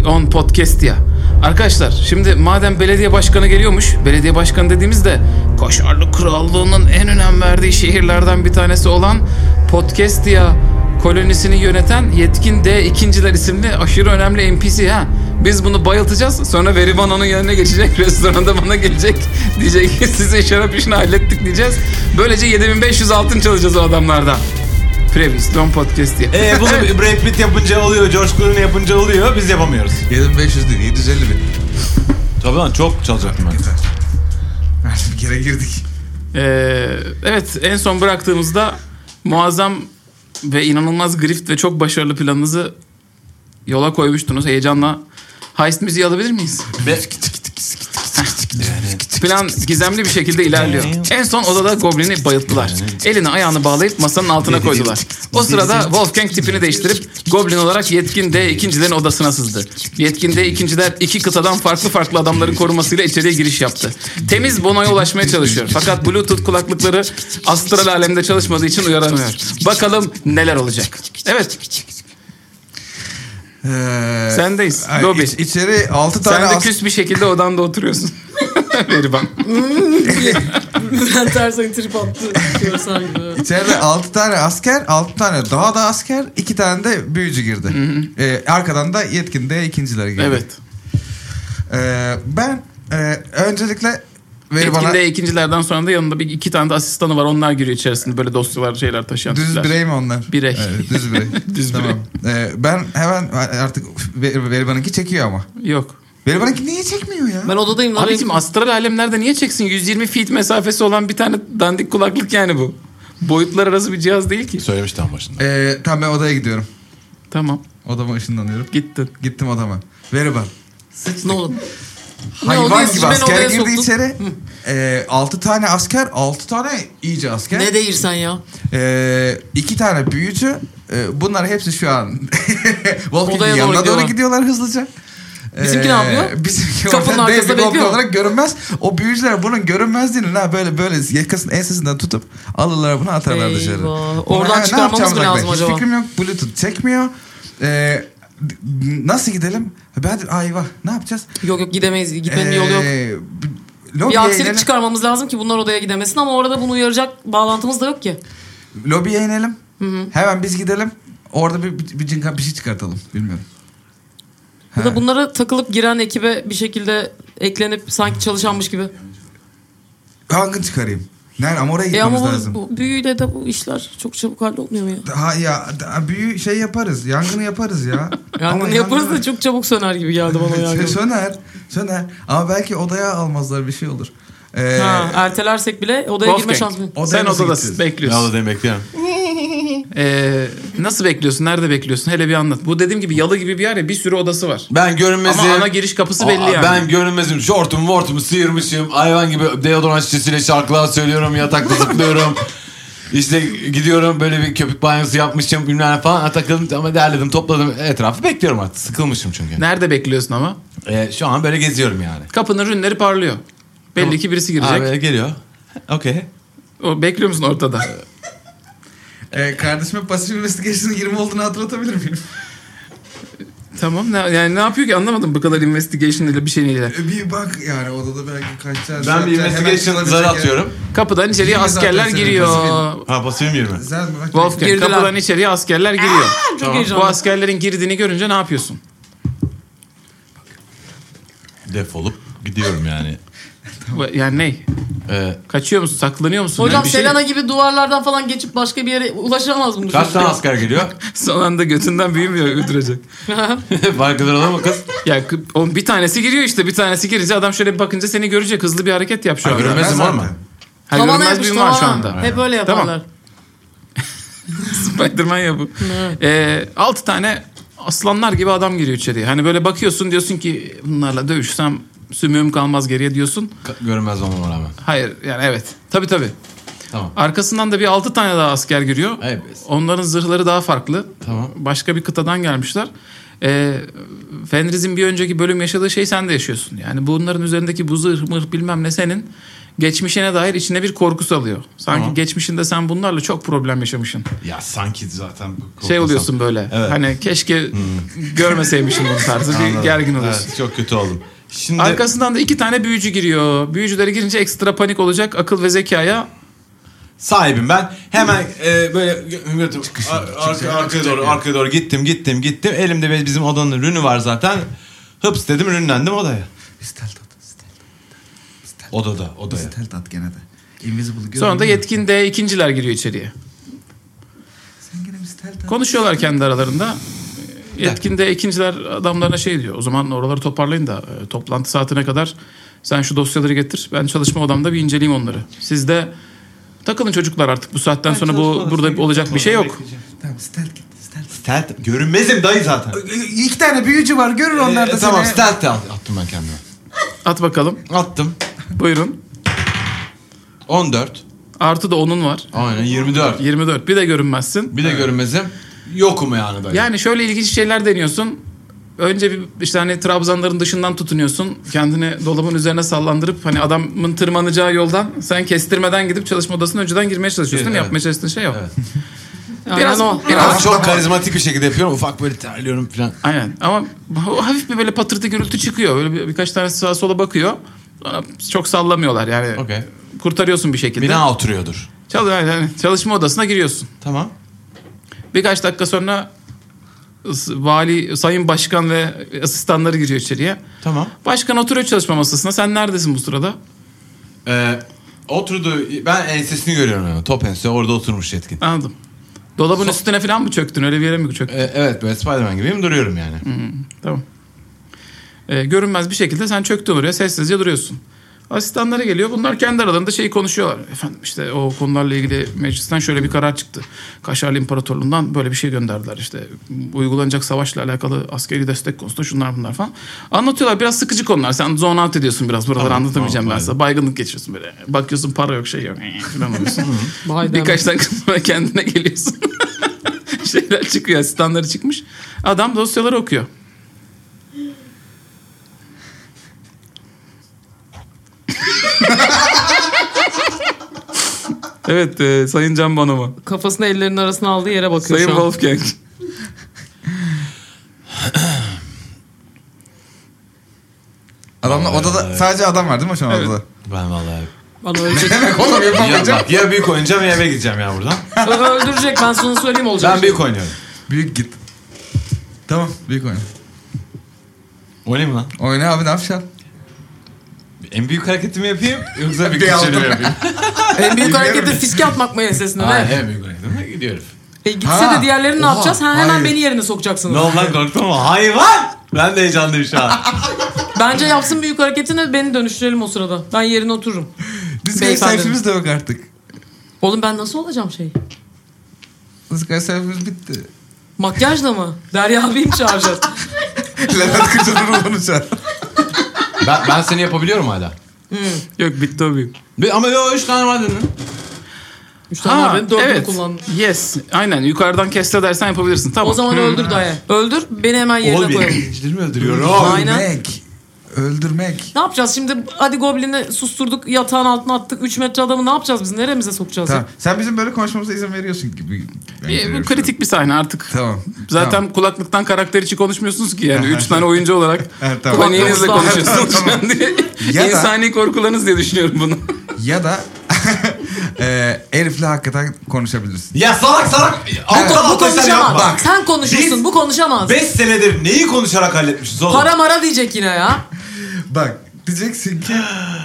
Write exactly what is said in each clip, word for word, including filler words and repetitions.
on podcast ya. Arkadaşlar şimdi madem belediye başkanı geliyormuş, belediye başkanı dediğimizde Kaşarlı Krallığı'nın en önem verdiği şehirlerden bir tanesi olan Podcastia kolonisini yöneten Yetkin D ikinciler isimli aşırı önemli N P C ha. Biz bunu bayıltacağız. Sonra Veriban onun yerine geçecek. Restoranda bana gelecek. Diyecek ki size şarap işini hallettik diyeceğiz. Böylece yedi bin beş yüz altın çalacağız o adamlardan. Previous Don Podcast diye. Eee bunu Brad Pitt yapınca oluyor, George Clooney yapınca oluyor, biz yapamıyoruz. yedi bin beş yüz değil, yedi yüz elli bin. Tabii lan çok çalacaktım ben. Yeter. Bir kere girdik. Ee, evet en son bıraktığımızda muazzam ve inanılmaz grift ve çok başarılı planınızı yola koymuştunuz. Heyecanla heist müziği alabilir miyiz? Be- Plan gizemli bir şekilde ilerliyor. En son odada Goblin'i bayılttılar. Elini ayağını bağlayıp masanın altına koydular. O sırada Wolfgang tipini değiştirip Goblin olarak Yetkin D ikincilerin odasına sızdı. Yetkin D ikinciler iki kıtadan farklı farklı adamların korumasıyla içeriye giriş yaptı. Temiz Bono'ya ulaşmaya çalışıyor. Fakat Bluetooth kulaklıkları astral alemde çalışmadığı için uyaramıyor. Bakalım neler olacak. Evet. Ee, Sendeyiz. ay, Gobi. iç- içeri altı tane Sen de as- küs bir şekilde odanda oturuyorsun. Veriban. Bülent Ersoy'un trip attı. Görsel gibi. İçeride altı tane asker, altı tane daha da asker, iki tane de büyücü girdi. Ee, arkadan da Yetkin de ikinciler girdi. Evet. Ee, ben e, öncelikle Veri bana Yetkin D ikincilerden sonra da yanında bir iki tane de asistanı var. Onlar giriyor içerisinde böyle dosyalar şeyler taşıyan düz tipler. birey mi onlar? Birey. Evet, düz birey. Düz tamam. Ee, ben hemen artık Veri Veri banınki çekiyor ama. Yok. Veri banınki niye çekmiyor ya? Ben odadayım lan. Abicim astral alemlerde niye çeksin? yüz yirmi feet mesafesi olan bir tane dandik kulaklık yani bu. Boyutlar arası bir cihaz değil ki. Söylemiştim en başında. Ee, tamam ben odaya gidiyorum. Tamam. Odama ışınlanıyorum. Gittin. Gittim odama. Veri ban. Ne oldu? Ne Hayvan oldu? gibi Siz beni asker odaya girdi soktun. içeri. Ee, altı tane asker, altı tane iyice asker. Ne değirsen ya? Ee, iki tane büyücü. Ee, bunlar hepsi şu an Wolfgang'in Odaya doğru yanına doğru gidiyorlar. gidiyorlar hızlıca. Bizimki ne yapıyor? Bizimki Kapının orada dev arkasında bir goblin bekliyor. olarak görünmez. O büyücüler bunun görünmezliğini ha böyle böyle yakasının ensesinden tutup alırlar bunu atarlar Eyvah. dışarı. Oradan Ama ne çıkarmamız yapacağımızı mı lazım bilmiyorum. acaba? Hiç fikrim yok. Bluetooth çekmiyor. Ee, nasıl gidelim? Ben ay vah ne yapacağız? Yok yok gidemeyiz. Gitmenin bir yolu yok. Ee, Bir lobiye aksilik inelim. çıkarmamız lazım ki bunlar odaya gidemesin ama orada bunu uyaracak bağlantımız da yok ki. Lobiye inelim. Hemen biz gidelim. Orada bir, bir, bir cinka bir şey çıkartalım. Bilmiyorum. Ya da bunlara takılıp giren ekibe bir şekilde eklenip sanki çalışanmış gibi. Yangın çıkarayım. Nerede? Ama oraya E gitmemiz ama lazım. bu, bu büyüyle de bu işler çok çabuk hallolmuyor mu ya? Daha ya daha büyü şey yaparız. Yangını yaparız ya. Yangını Ama yaparız yangını- da çok çabuk söner gibi geldi bana yangın. söner. Söner. Ama belki odaya almazlar bir şey olur. Ee, Ha, ertelersek bile odaya girme Wolfgang, şansımız. odaya sen nasıl odadasın. gideceğiz? Bekliyorsun. Ya odadayım bekliyorum. Ee, nasıl bekliyorsun? Nerede bekliyorsun? Hele bir anlat. Bu dediğim gibi yalı gibi bir yer ya bir sürü odası var. Ben görünmezim. Ama ana giriş kapısı belli Aa, yani. Ben görünmezim. Şortumu mortumu sıyırmışım. Hayvan gibi deodorant şişesiyle şarkılar söylüyorum. Yatakta zıplıyorum. İşte gidiyorum böyle bir köpük banyosu yapmışım bilmem ne falan. Takıldım ama derledim topladım etrafı bekliyorum artık. Sıkılmışım çünkü. Nerede bekliyorsun ama? Ee, şu an böyle geziyorum yani. Kapının rünleri parlıyor. Belli Tamam. ki birisi girecek. Abi geliyor. Okey. O, bekliyor musun ortada? Ee, kardeşime pasif investigation'ın yirmi olduğunu hatırlatabilir miyim? Tamam. Ne, yani ne yapıyor ki anlamadım bu kadar investigation ile bir şeyle. Ee, bir bak yani odada belki kaçacağız. Ben bir investigation zarı atıyorum. Kapıdan içeriye Yirmi askerler zaten giriyor. senin Ha basayım yirmi. Sen bak. Wolfgang Girdiler. kapıdan içeriye askerler giriyor. Çok Tamam. heyecanlı. Bu askerlerin girdiğini görünce ne yapıyorsun? Defolup gidiyorum yani. Bu- Yani ne? Ee, Kaçıyor musun? Saklanıyor musun? Hocam Yani bir şey- Selena gibi duvarlardan falan geçip başka bir yere ulaşamaz mı? kaç tane asker geliyor? Son anda götünden büyümüyor öldürecek. Farkında olur mu kız? Ya kı- o bir tanesi giriyor işte bir tanesi girince adam şöyle bir bakınca seni görecek hızlı bir hareket yap şu Ha, anda. görünmezim var mı? Ha, Tavana görünmez yapış büyüm var şu tavana. anda. Hep öyle Tamam. yaparlar. Spiderman ya bu. Ee, altı tane aslanlar gibi adam giriyor içeriye. Hani böyle bakıyorsun diyorsun ki bunlarla dövüşsem sümüğüm kalmaz geriye diyorsun. Ka- Görünmez olmama rağmen. Hayır yani evet. Tabii tabii. Tamam. Arkasından da bir altı tane daha asker giriyor. Evet. Onların zırhları daha farklı. Tamam. Başka bir kıtadan gelmişler. Ee, Fenriz'in bir önceki bölüm yaşadığı şey sen de yaşıyorsun. Yani bunların üzerindeki bu zırh mırh bilmem ne senin. geçmişine dair içine bir korku salıyor. Sanki Tamam. geçmişinde sen bunlarla çok problem yaşamışsın. Ya sanki zaten... Şey oluyorsun böyle. Evet. Hani keşke görmeseymişim bunu tarzı bir Anladım. gergin oluyorsun. Evet, çok kötü oldum. Şimdi Arkasından da iki tane büyücü giriyor. Büyücülere girince ekstra panik olacak akıl ve zekaya. sahibim ben. Hemen e, böyle gö- ar- arka, arkaya doğru arkaya doğru gittim gittim gittim. Elimde bizim odanın rünü var zaten. Hıps dedim, rünlendim odaya. Stealth at. Stealth. Odada odaya. Stealth at gene de. Invisible görüyor Sonra da musun? yetkin D ikinciler giriyor içeriye. Sen gene bir stealth at. Konuşuyorlar kendi aralarında. Yetkin D ikinciler adamlarına şey diyor. O zaman oraları toparlayın da e, toplantı saatine kadar sen şu dosyaları getir. Ben çalışma odamda bir inceleyeyim onları. Siz de takılın çocuklar artık, bu saatten sonra bu burada olacak bir şey yok. Tamam stealth git. Stealth. Stealth görünmezim dayı zaten. İki tane büyücü var, görür onlar da Ee, seni. tamam stealth de at- attım ben kendime. At bakalım. Attım. Buyurun. on dört. Artı da onun var. Aynen yirmi dört. yirmi dört. Bir de görünmezsin. Bir de görünmezim. Yokum yani dayı. Yani şöyle ilginç şeyler deniyorsun. Önce bir işte hani trabzanların dışından tutunuyorsun. Kendini dolabın üzerine sallandırıp hani adamın tırmanacağı yoldan sen kestirmeden gidip çalışma odasına önceden girmeye çalışıyorsun. Evet. Yapmaya çalıştığın şey yok. Evet. Biraz, Aynen o. biraz Ama çok karizmatik bir şekilde yapıyorum. Ufak böyle terliyorum falan. Aynen ama hafif bir böyle patırtı gürültü çıkıyor. Böyle bir, birkaç tanesi sağa sola bakıyor. Sonra çok sallamıyorlar yani. Okey. Kurtarıyorsun bir şekilde. Bina oturuyordur. Çal- yani çalışma odasına giriyorsun. Tamam. Birkaç dakika sonra vali, sayın başkan ve asistanları giriyor içeriye. Tamam. Başkan oturuyor çalışma masasına. Sen neredesin bu sırada? Ee, oturdu. Ben ensesini görüyorum. Yani. Top ense orada oturmuş yetkin. Anladım. Dolabın So- üstüne falan mı çöktün? Öyle bir yere mi çöktün? Ee, evet böyle Spider-Man gibiyim, duruyorum yani. Tamam. Ee, görünmez bir şekilde sen çöktün oraya, sessizce duruyorsun. Asistanları geliyor. Bunlar kendi aralarında şeyi konuşuyorlar. Efendim işte o konularla ilgili meclisten şöyle bir karar çıktı. Kaşarlı İmparatorluğundan böyle bir şey gönderdiler. İşte uygulanacak savaşla alakalı askeri destek konusunda şunlar bunlar falan. Anlatıyorlar. Biraz sıkıcı konular. Sen zone out ediyorsun biraz. Buraları Tamam, anlatamayacağım tamam, ben sana. Baygınlık geçiyorsun böyle. Bakıyorsun para yok, şey yok. Falan oluyorsun. Vay Birkaç dakika sonra kendine geliyorsun. Şeyler çıkıyor. Asistanları çıkmış. Adam dosyaları okuyor. Evet, e, Sayın Can Bonomo. Kafasını ellerinin arasına aldığı yere bakıyor Sayın şu an. Wolfgang. Adamla odada sadece adam var değil mi şu an Evet. odada? Ben vallahi... Bana ölecek. Demek oğlum Ya yapamayacağım. bak, ya büyük oynayacağım ya eve gideceğim ya buradan. Öldürecek, ben sana söyleyeyim olacak. Ben büyük oynuyorum. Büyük git. Tamam büyük oyna. Oynayayım mı lan? Oyna abi, ne yapacaksın? En büyük hareketimi yapayım yoksa bir Bir aldım. küçüğünü mü yapayım? En büyük Bilmiyorum. hareketi fiske atmak mı ensesine? Ha, Ne? en büyük hareketimi gidiyorum. E, gitse Ha, de diğerlerini ne oha, yapacağız? Ha, hemen hayır. beni yerine sokacaksınız. Ne oldu lan, korktun mu? Hayvan! Ben de heyecanlıyım şu an. Bence yapsın büyük hareketini, beni dönüştürelim o sırada. Ben yerine otururum. Biz Beyefendi. selfie'miz de yok artık. Oğlum ben nasıl olacağım şey? Sky selfie'miz bitti. Makyajla mı? Derya abiyi mi çağıracağız? Levent Kırca'dan konuşar. ben, ben seni yapabiliyorum hala. Yok, bitti o büyük. Bir, ama yo üç tane var dedin. Üç tane var benim, dördünü evet. kullandım. Yes. Aynen. Yukarıdan keste dersen yapabilirsin. Tamam. O zaman öldür dayı. Öldür, beni hemen yerine Oğlum koyalım. gençleri mi öldürüyorum? Aynen. Öldürmek. Öldürmek. Ne yapacağız şimdi? Hadi Goblin'i susturduk, yatağın altına attık. Üç metre adamı ne yapacağız biz? Neremize sokacağız? Tamam. Sen bizim böyle konuşmamıza izin veriyorsun gibi. ben Ee, bu görüyorum kritik bir sahne artık. şu an. Tamam. Zaten Tamam. kulaklıktan karakter içi konuşmuyorsunuz ki yani. Üç tane oyuncu olarak Evet, tamam. paniğinizle Tamam, konuşuyorsunuz tamam. şu an diye. Ya da- İnsani korkularınız diye düşünüyorum bunu. Ya da e, Elif'le hakikaten konuşabilirsin. Ya salak salak. Bu, Aptal bu aptal sen konuşamaz. yapma. Bak, sen konuşursun, Biz- bu konuşamaz. Beş senedir neyi konuşarak halletmişiz oğlum? Para mara diyecek yine ya. Bak diyeceksin ki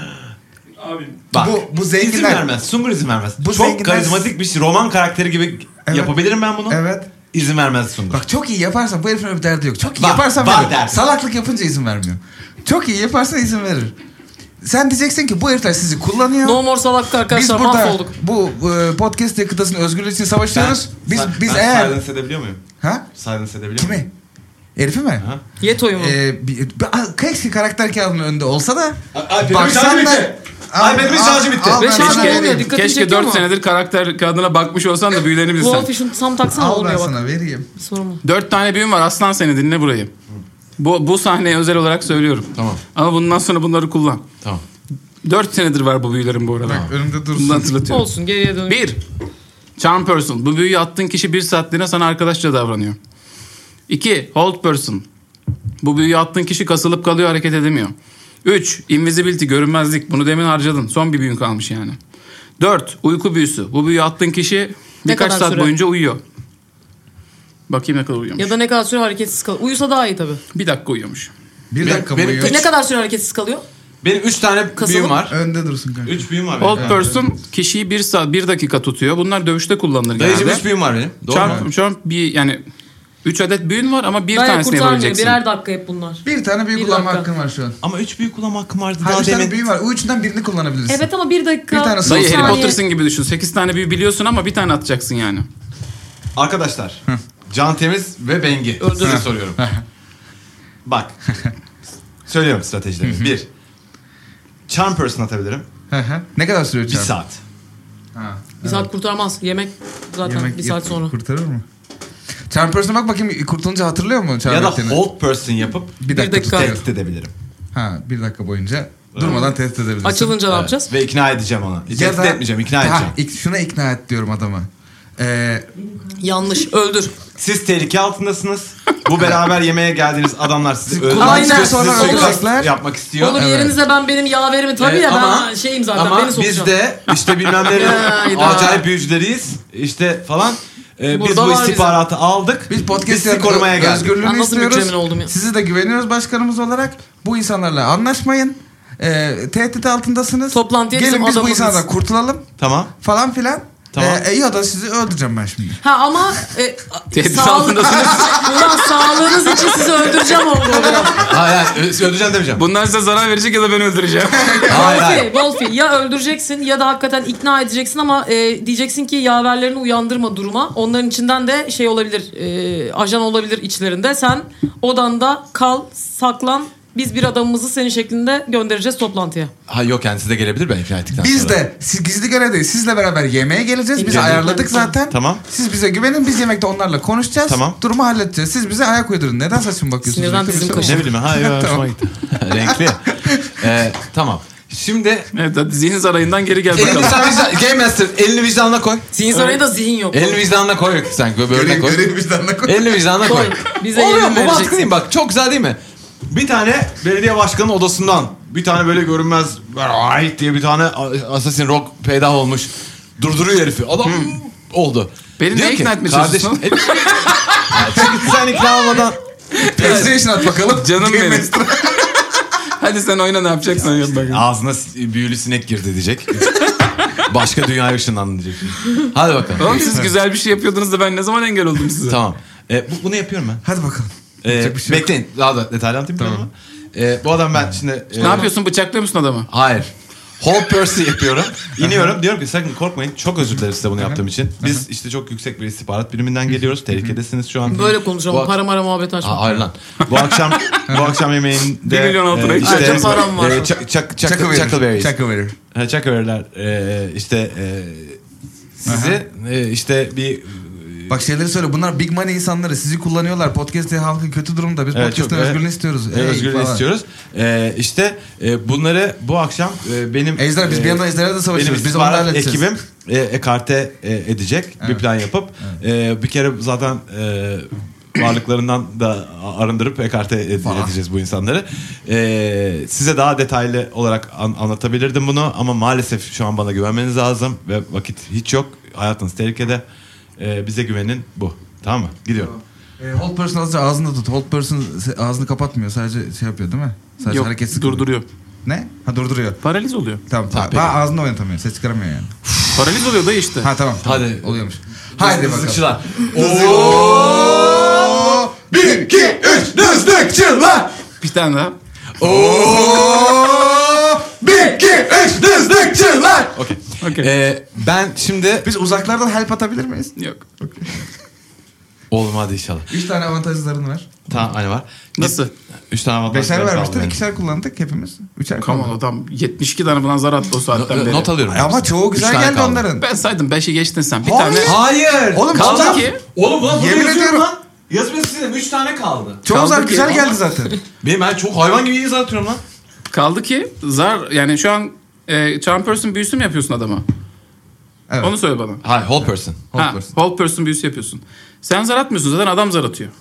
Bak, bu- bu izin zenginler- vermez. Sungur izin vermez. Bu Çok zenginler- karizmatik bir şey. Roman karakteri gibi Evet. yapabilirim ben bunu. evet. İzin vermez Sungur. Bak çok iyi yaparsan bu herifin öyle bir derdi yok. Çok iyi Var, yaparsan var verir. derdi. Salaklık yapınca izin vermiyor. Çok iyi yaparsan izin verir. Sen diyeceksin ki bu herifler sizi kullanıyor. No more salaklık Biz arkadaşlar, burada mahvolduk. bu e, podcast yakıtasının özgürlüğü için savaşıyoruz. biz ben, biz ben eğer silence edebiliyor muyum? ha Silence edebiliyor muyum? kimi? Herifi mi? Ha? Yeto'yu mu? Ee, bir, bir, keşke karakter kağıdının önünde olsa da. Ay, Bak sen de- Ay benim şarjı bitti. Al, Ve ben şarjı sana olmuyor, vereyim. dikkat- Dikkatini Keşke çekiyor dört mu? senedir karakter kağıdına bakmış olsan da büyülerini bilsen. Wolfie şunu tam taksana, Al ben olmuyor bak. sana vereyim. Bir sorun mu? Dört tane büyüm var. Aslan seni dinle burayı. Bu, bu sahneye özel olarak söylüyorum. Tamam. Ama bundan sonra bunları kullan. Tamam. Dört senedir var bu büyülerin bu arada. Bak önümde Bunu dursun. hatırlatıyorum. Olsun geriye dön. Bir. Charm person. Bu büyüyü attığın kişi bir saatliğine sana arkadaşça davranıyor. İki. Hold person. Bu büyüyü attığın kişi kasılıp kalıyor, hareket edemiyor. Üç. Invisibility, görünmezlik. Bunu demin harcadın. Son bir büyün kalmış yani. Dört. Uyku büyüsü. Bu büyüyü attığın kişi birkaç kadar saat süre? boyunca uyuyor. Bakayım ne kadar uyuyormuş. Ya da ne kadar süre hareketsiz kalıyor. Uyusa daha iyi tabii. Bir dakika uyuyormuş. Bir Benim- dakika benim boyu. Üç. Ne kadar süre hareketsiz kalıyor? Benim üç tane Kasılım- büyüm var. Önde dursun kanka. Üç büyüm var Hold benim. person kişiyi bir saat bir dakika tutuyor. Bunlar dövüşte kullanılır Dayıcım genelde. üç büyüm var benim. Doğru mu? Charm, charm bir yani üç adet büyün var ama bir Dayak tanesini kurtarmıyor. yapabileceksin. Birer dakika hep bunlar. Bir tane büyü Bir kullanma dakika. hakkın var şu an. Ama üç büyü kullanma hakkım vardı. Hayır Daha üç tane demin. büyü var. O üçünden birini kullanabilirsin. Evet ama bir dakika. Bir tane Dayı Son Harry saniye. Potter'sın gibi düşün. sekiz tane büyü biliyorsun ama bir tane atacaksın yani. Arkadaşlar. Can Temiz ve Bengi. Size soruyorum. Bak. Söylüyorum stratejilerimi. Bir. Charm person atabilirim. Hı hı. Ne kadar sürüyor Bir çarp? saat. Ha. Bir saat kurtarmaz. Yemek zaten Yemek bir saat sonra. kurtarır mı? Charm person'a bak bakayım kurtulunca hatırlıyor mu? Charm Ya da ettiğini? hold person yapıp bir dakika, dakika. tutuyor. tehdit edebilirim. Ha bir dakika boyunca durmadan tehdit edebilirsin. Açılınca ne yapacağız? Ve ikna edeceğim onu. Ya Tehdit da- etmeyeceğim, ikna Ha, edeceğim. ik- şuna ikna et diyorum adama. Ee, Yanlış. Öldür. Siz tehlike altındasınız. Bu beraber yemeğe geldiğiniz adamlar sizi öldürmek Aynen. istiyor. Sizi Sonra suikast öldürecekler. yapmak istiyor. Olur Evet. yerinize ben benim yaverimi tabii Ee, ya ama- ben şeyim zaten Ama beni biz sokacağım. de işte bilmem ne Hayda. acayip büyücüleriyiz. İşte falan. Ee, biz Burada bu var istihbaratı aldık. biz podcast sizi korumaya geldik. özgürlüğünü Ben nasıl istiyoruz. mükremin oldum ya? Sizi de güveniyoruz başkanımız olarak. Bu insanlarla anlaşmayın. Ee, tehdit altındasındasınız. Toplantıya Gelin bizim biz bu adamımız insanlardan gitsin. kurtulalım Tamam. falan filan. Tamam. Ee, ya da sizi öldüreceğim ben şimdi. Ha ama e, Tehdit sağlık, altındasınız. ulan sağlığınız için sizi öldüreceğim oldu. Hayır hayır ö- öldüreceğim demeyeceğim. Bunlar size zarar verecek ya da ben öldüreceğim. Hayır hayır. Wolfie, Wolfie ya öldüreceksin ya da hakikaten ikna edeceksin ama e, diyeceksin ki yaverlerini uyandırma duruma. Onların içinden de şey olabilir, e, ajan olabilir içlerinde. Sen odanda kal, saklan. Biz bir adamımızı senin şeklinde göndereceğiz toplantıya. Ha yok yani siz de gelebilir ben ikna ettikten Biz sonra. de siz gizli görevdeyiz. Sizle beraber yemeğe geleceğiz. Biz Gelin. ayarladık zaten. Tamam. Siz bize güvenin. Biz yemekte onlarla konuşacağız. Tamam. Durumu halledeceğiz. Siz bize ayak uydurun. Neden saçma bakıyorsunuz? Sinirden Yoksa dizim bir şey kaşındı. Ne bileyim ben. Hayır hoşuma Tamam. gitti. Renkli. Ee, tamam. Şimdi Evet hadi zihin sarayından geri gel elini bakalım. vicdan, vicdan, Game Master elini vicdanına koy. Zihin sarayı da zihin yok. Elini vicdanına koy sen böyle Görev, koy. görev vicdanına koy. Elini vicdanına koy. Koy. Bize Oluyor yemin mu? Mantıklı vereceksin. değil mi? Bak çok güzel değil mi? Bir tane belediye başkanının odasından bir tane böyle görünmez ait diye bir tane Assassin Rock peydah olmuş. Durduruyor herifi. Adam oldu. Beni Diyor ne ki, ikna etmeye kardeşim, çalışıyorsun? Ya çünkü sen ikna olmadan PlayStation at bakalım. Canım Game benim. Master. Hadi sen oyna ne yapacaksan yap bakalım. ağzına s- büyülü sinek girdi diyecek. Başka dünyaya ışınlandın diyecek. Hadi bakalım. Oğlum siz güzel bir şey yapıyordunuz da ben ne zaman engel oldum size? Tamam. E, bu, bunu yapıyorum ben. Hadi bakalım. E, Yapacak bir şey yok. bekleyin. Daha da detaylı anlatayım. Tamam. E, bu adam ben şimdi... e, Ne yapıyorsun, bıçaklıyor musun adamı? Hayır. Hold person yapıyorum. İniyorum. Diyorum ki sakın korkmayın. Çok özür dileriz size bunu yaptığım için. Biz işte çok yüksek bir istihbarat biriminden geliyoruz. Tehlikedesiniz şu an. Böyle konuşalım. Bu- Para mara muhabbet açma. Aa, hayır lan. Bu akşam bu akşam yemeğinde Bir milyon altına e, işte Ayrıca param var. e, çak, çak, çak, Çakı verir. Chuckleberries. Çakı verir. Ha, Chuckleberry'ler e, işte e, sizi e, işte bir Bak şeyleri söyle. Bunlar big money insanları. Sizi kullanıyorlar. Podcast'te halkı kötü durumda. Biz Evet, podcast'ın çok- özgürlüğünü evet. istiyoruz. e, Ey özgürlüğü falan. istiyoruz. E, işte e, bunları bu akşam e, benim Ejder biz bir yandan ejderha da savaşıyoruz. Benim Biz onlarla istihbarat halledeceğiz. ekibim e, ekarte e, edecek bir Evet. plan yapıp e, bir kere zaten e, varlıklarından da arındırıp ekarte ed- Falan. edeceğiz bu insanları. E, size daha detaylı olarak an- anlatabilirdim bunu ama maalesef şu an bana güvenmeniz lazım ve vakit hiç yok. Hayatınız tehlikede. E, bize güvenin bu. Tamam mı? Gidiyorum. E, hold person azıcık ağzını tut. Hold person se- ağzını kapatmıyor. Sadece şey yapıyor değil mi? Sadece Yok, hareketsiz kalıyor. durduruyor. Ne? Ha durduruyor. Paraliz oluyor. Tamam. Tamam, Ha, ha, ağzını oynatamıyor. Ses çıkaramıyor yani. Paraliz oluyor da işte. Ha tamam. tamam. Hadi. Oluyormuş. Haydi bakalım. Dızlıkçılar. Oo! Bir, iki, üç, dızlıkçılar! Bir tane daha. Oo! Bir, iki, üç, dızlıkçılar! Okey. Okey. E, ben şimdi... Biz uzaklardan help atabilir miyiz? Yok. Oğlum hadi inşallah. Üç tane avantajların var. Tamam hani var. Nasıl? Üç tane avantaj Beşer kaldı vermiştin, benim. ikişer kullandık hepimiz. Üçer Come kaldı. on adam yetmiş iki tane falan zar attı o saatten No- beri. Not alıyorum. Ama çoğu Üç güzel tane geldi kaldı. onların. Ben saydım beşi geçtin sen. Bir Hayır. tane. Hayır. Oğlum Kaldı cidden- ki. Oğlum lan bunu Yemin yazıyorum ediyorum. lan. Yazmıyor sizin üç tane kaldı. Çoğu Kaldı zar ki- güzel geldi zaten. Benim ben çok hayvan gibi iyi zar atıyorum lan. Kaldı ki zar yani şu an e, charm person büyüsü mü yapıyorsun adama? Evet. Onu söyle bana. Hayır, whole person. Whole ha, person. whole person büyüsü yapıyorsun. Sen zar atmıyorsun zaten adam zar atıyor.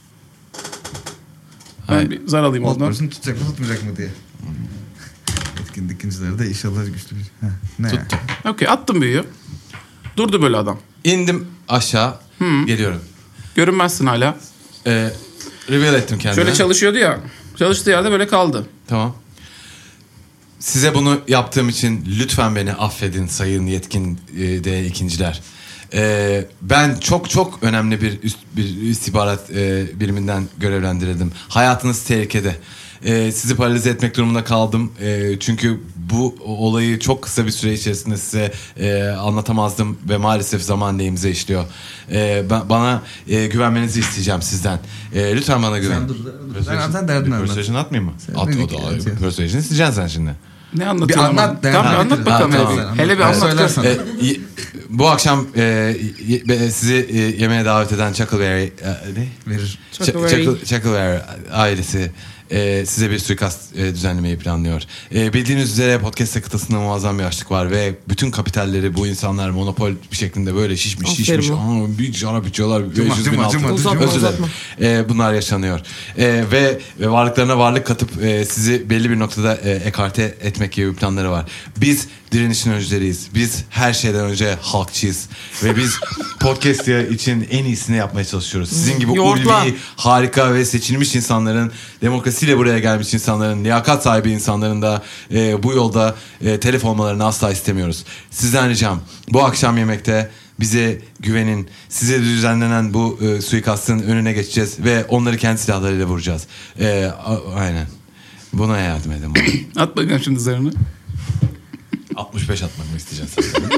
Ben Hayır. bir zar alayım Old ondan. person tutacak mı tutmayacak mı diye. Etkin dikincileri de inşallah güçlü bir. Heh, ne? Tuttum. Okey attım büyüyü. Durdu böyle adam. İndim aşağı. Geliyorum. Görünmezsin hala. Ee, reveal ettim kendime. Şöyle çalışıyordu ya. Çalıştığı yerde böyle kaldı. Tamam. Size bunu yaptığım için lütfen beni affedin sayın yetkin e, de ikinciler. Ee, ben çok çok önemli bir üst, bir istihbarat e, biriminden görevlendirildim. Hayatınız tehlikede. Ee, sizi paralize etmek durumunda kaldım. Ee, çünkü bu olayı çok kısa bir süre içerisinde size e, anlatamazdım ve maalesef zaman lehimize işliyor. Ee, ben, bana e, güvenmenizi isteyeceğim sizden. Ee, lütfen bana güvenin. Sen dur, dur. Sen- sen derdini anlat. Persuasion atmayayım mı? Sen At dedik o da. ya, evet. Persuasion isteyeceksin sen şimdi. Ne anlatıyorsun? Bir anlat, ama? Tamam bir ha, anlat bitir. bakalım. Ha, hele, tamam. bir. hele bir Ha, anlat. söylersen. bakalım. Ee, y- bu akşam e, y- be- sizi e, yemeğe davet eden Chuckleberry e, ne? Verir. Ch- Chuckleberry. Chuckle- Chuckleberry ailesi e, size bir suikast e, düzenlemeyi planlıyor. E, bildiğiniz üzere podcast kıtasında muazzam bir açlık var ve bütün kapitalleri bu insanlar monopol bir şeklinde böyle şişmiş Aferin şişmiş. lan. Aa, bir şarap içiyorlar. Cıma, beş yüz bin cıma, altın. cıma, Uzatma, Özür dilerim. uzatma. E, bunlar yaşanıyor. E, ve, ve varlıklarına varlık katıp e, sizi belli bir noktada e, ekarte etmek gibi bir planları var. Biz direnişin öncüleriyiz. Biz her şeyden önce halkçıyız. Ve biz podcast için en iyisini yapmaya çalışıyoruz. Sizin gibi Yoğurtla. ulvi, harika ve seçilmiş insanların, demokrasiyle buraya gelmiş insanların, liyakat sahibi insanların da e, bu yolda e, telef olmalarını asla istemiyoruz. Sizden ricam bu akşam yemekte bize güvenin. Size düzenlenen bu e, suikastın önüne geçeceğiz ve onları kendi silahlarıyla vuracağız. E, a- aynen. Buna yardım edin. bana. At bakalım şimdi zarını. altmış beş atmak mı isteyeceksin sen?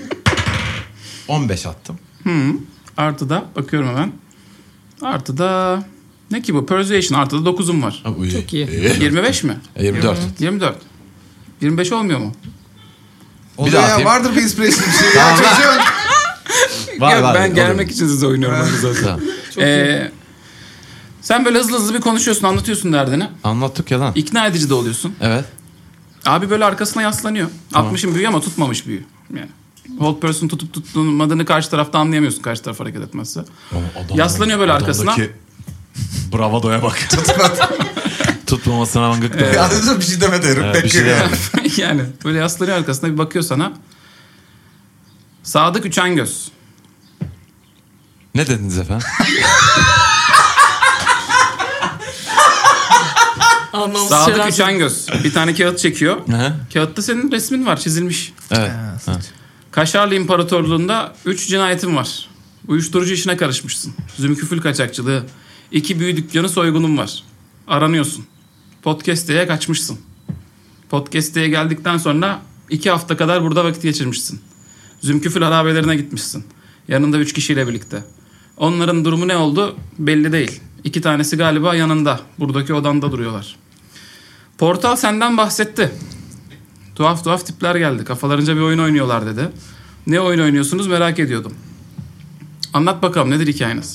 on beş attım. Artıda bakıyorum hemen. Artıda ne ki bu? Persuasion artıda dokuzum var. Ha, uy. Çok iyi. yirmi beş mi? E, yirmi dört. yirmi dört. yirmi beş olmuyor mu? Oluyor daha ya, atayım. vardır bir inspiration bir şey ya Tamam, lan. çocuğum. Var, Ya var, ben olur. gelmek için size oynuyorum onu zaten. Tamam. Ee, sen böyle hızlı hızlı bir konuşuyorsun, anlatıyorsun derdini. Anlattık ya lan. İkna edici de oluyorsun. Evet. Abi böyle arkasına yaslanıyor. altmışın büyüğü ama tutmamış büyüğü. Yani hold person tutup tutmadığını karşı tarafta anlayamıyorsun karşı taraf hareket etmezse. Yaslanıyor böyle arkasına. Adamdaki bravadoya bak. Tutmamasına mangık da. Ya dur bir şey deme derim. Evet, bir şey Bekliyor. demedim. Yani böyle yaslanıyor arkasına bir bakıyor sana. Sadık Üçengöz. Ne dediniz efendim? Anlamsız Sadık şeyler- Üçengöz. Bir tane kağıt çekiyor. Hı. Kağıtta senin resmin var çizilmiş. Evet. Ha, Ha. Kaşarlı İmparatorluğu'nda üç cinayetin var. Uyuşturucu işine karışmışsın. Zümküfül kaçakçılığı. İki büyü dükkanı soygunun var. Aranıyorsun. Podcast'e kaçmışsın. Podcast'e geldikten sonra iki hafta kadar burada vakit geçirmişsin. Zümküfül harabelerine gitmişsin. Yanında üç kişiyle birlikte. Onların durumu ne oldu belli değil. İki tanesi galiba yanında. Buradaki odanda duruyorlar. Portal senden bahsetti. Tuhaf tuhaf tipler geldi. Kafalarınca bir oyun oynuyorlar dedi. Ne oyun oynuyorsunuz merak ediyordum. Anlat bakalım nedir hikayeniz?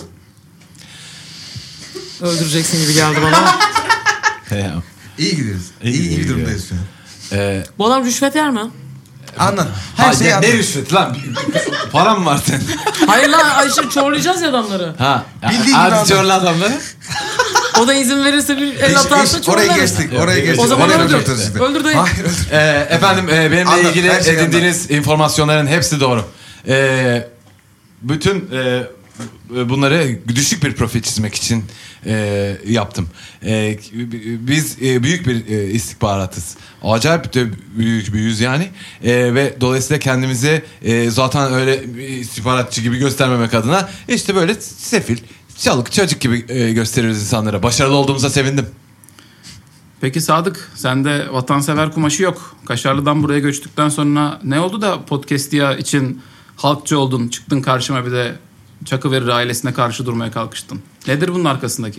Öldüreceksin gibi geldi bana. He. İyi gidiyoruz. İyi, İyi, iyi, iyi bir durumdayız şu an. Ee, Bu adam rüşvet yer mi? Anlat. Her ha, şeyi ne, anlat. ne rüşvet lan? Param var senin. Hayır lan Ayşe çorlayacağız ya adamları. Ha. Bildiğin gibi Hadi adam. çorla adamları. O da izin verirse bir el İş- atarsa iş- oraya çorlarız. geçtik. Oraya Yok, geçtik. O zaman Oraya öldür. röportaj işte. Öldür dayı. Hayır öldür. Ee, efendim e, benimle Anlat, ilgili her şeyi edindiğiniz informasyonların hepsi doğru. Ee, bütün e, bunları düşük bir profil çizmek için e, yaptım. E, biz e, büyük bir e, istihbaratız. Acayip de büyük büyüğüz yani. E, ve dolayısıyla kendimizi e, zaten öyle bir istihbaratçı gibi göstermemek adına işte böyle sefil, çalık, çocuk gibi e, gösteriyoruz insanlara. Başarılı olduğumuza sevindim. Peki Sadık sende vatansever kumaşı yok. Kaşarlı'dan buraya göçtükten sonra ne oldu da Podcastia için halkçı oldun? Çıktın karşıma bir de Çakıverir ailesine karşı durmaya kalkıştın. Nedir bunun arkasındaki?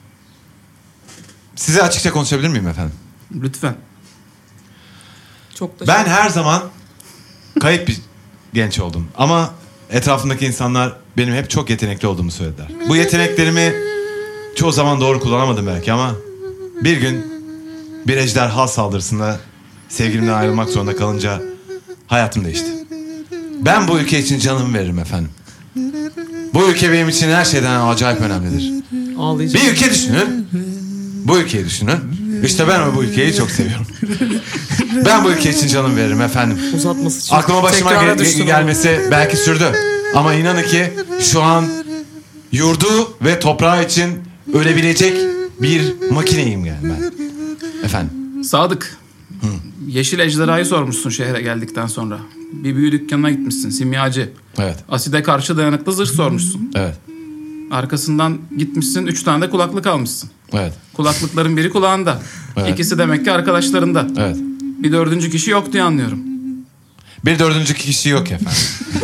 Size açıkça konuşabilir miyim efendim? Lütfen. Çok da Ben her zaman kayıp bir genç oldum. Ama etrafımdaki insanlar benim hep çok yetenekli olduğumu söylediler. Bu yeteneklerimi çoğu zaman doğru kullanamadım belki ama bir gün bir ejderha saldırısında sevgilimden ayrılmak zorunda kalınca hayatım değişti. Ben bu ülke için canımı veririm efendim. Bu ülke benim için her şeyden acayip önemlidir. Ağlayacağım. Bir ülke düşünün. Bu ülkeyi düşünün. İşte ben bu ülkeyi çok seviyorum. Ben bu ülke için canım veririm efendim. Uzatması için. Aklıma başıma Tekrara gel- düştüm gelmesi belki sürdü. Ama inanın ki şu an yurdu ve toprağı için ölebilecek bir makineyim yani ben. Efendim. Sadık. Yeşil ejderhayı sormuşsun şehre geldikten sonra. Bir büyü dükkanına gitmişsin, simyacı. Evet. Aside karşı dayanıklı zırh sormuşsun. Evet. Arkasından gitmişsin, üç tane de kulaklık almışsın. Evet. Kulaklıkların biri kulağında. Evet. İkisi demek ki arkadaşlarında. Evet. Bir dördüncü kişi yok diye anlıyorum. Bir dördüncü kişi yok efendim.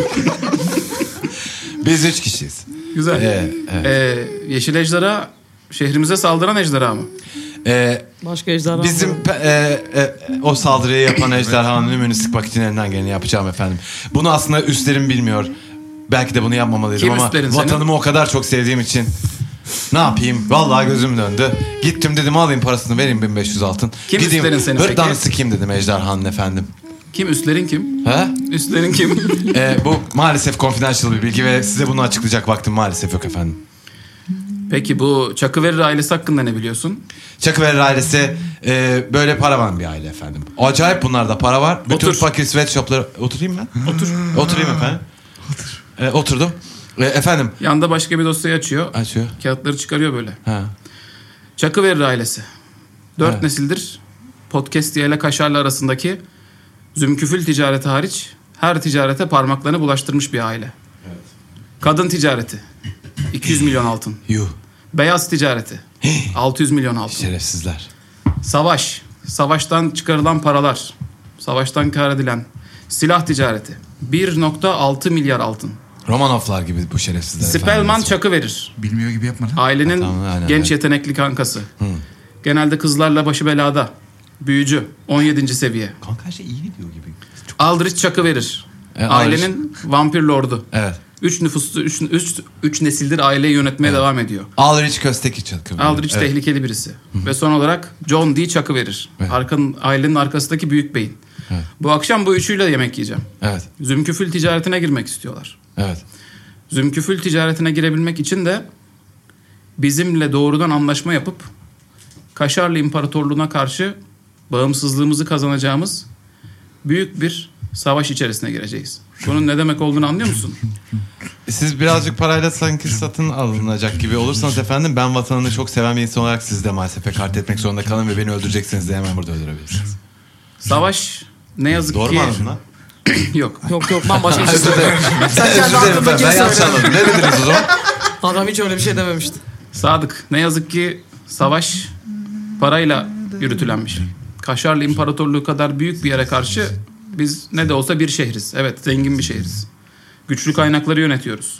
Biz üç kişiyiz. Güzel. Evet, evet. Ee, yeşil ejderha şehrimize saldıran ejderha mı? Ee, Başka ejderha. bizim pe- e, e, o saldırıyı yapan ejderhanın ümünü sıkmak için elinden geleni yapacağım efendim. Bunu aslında üstlerim bilmiyor. Belki de bunu yapmamalıydım Kim ama üstlerin senin? vatanımı o kadar çok sevdiğim için ne yapayım? Vallahi gözüm döndü. Gittim dedim alayım parasını vereyim bin beş yüz altın. Kim Gideyim üstlerin senin hırtlanı peki? sıkayım dedim ejderhanın efendim. Kim? Üstlerin kim? He? Üstlerin kim? Ee, bu maalesef confidential bir bilgi ve size bunu açıklayacak vaktim maalesef yok efendim. Peki bu Çakıverir ailesi hakkında ne biliyorsun? Çakıverir ailesi e, böyle paravan bir aile efendim. Acayip bunlarda para var. Bütün Otur. fakir sweatshopları... Oturayım ben. Otur. Oturayım efendim. Otur. E, oturdum. E, efendim. Yanda başka bir dosyayı açıyor. Açıyor. Kağıtları çıkarıyor böyle. Ha. Çakıverir ailesi. Dört Evet. nesildir podcast ile Kaşarlı arasındaki zümküfül ticareti hariç her ticarete parmaklarını bulaştırmış bir aile. Evet. Kadın ticareti. iki yüz milyon altın. Yuh. Beyaz ticareti. altı yüz milyon altın. Şerefsizler. Savaş. Savaştan çıkarılan paralar. Savaştan kar edilen. Silah ticareti. bir nokta altı milyar altın. Romanovlar gibi bu şerefsizler. Spellman efendim. çakı verir. Bilmiyor gibi yapma lan. Ailenin Ha, tamam, aynen, genç aynen. yetenekli kankası. Genelde kızlarla başı belada. Büyücü. on yedinci seviye. Kanka her şey iyi gidiyor gibi. Çok... Aldrich çakı verir. E, Ailenin vampir lordu. Evet. Üç nüfuslu, üç, üç, üç nesildir aileyi yönetmeye Evet. devam ediyor. Aldrich Kösteki çakı. Aldrich Evet. tehlikeli birisi. Ve son olarak John D. çakı verir. Evet. Arkanın, ailenin arkasındaki büyük beyin. Evet. Bu akşam bu üçüyle yemek yiyeceğim. Evet. Zümküfül ticaretine girmek istiyorlar. Evet. Zümküfül ticaretine girebilmek için de bizimle doğrudan anlaşma yapıp Kaşarlı İmparatorluğu'na karşı bağımsızlığımızı kazanacağımız büyük bir savaş içerisine gireceğiz. Bunun ne demek olduğunu anlıyor musun? Siz birazcık parayla sanki satın alınacak gibi olursanız efendim ben vatanını çok seven bir insan olarak sizi de maalesef ekart etmek zorunda kalın ve beni öldüreceksiniz de hemen burada öldürebilirsiniz. Savaş ne yazık Doğru ki... mu anladın lan? Yok. Yok yok ben başka bir şey Özür dilerim. söylüyorum. Sen kendi Özür dilerim ben. aklındakini Ben yanlış söyle. anladım. Ne dediniz o zaman? Adam hiç öyle bir şey dememişti. Sadık, ne yazık ki savaş parayla yürütülen bir şey. Kaşarlı İmparatorluğu kadar büyük bir yere karşı biz ne de olsa bir şehriz. Evet, zengin bir şehriz. Güçlü kaynakları yönetiyoruz.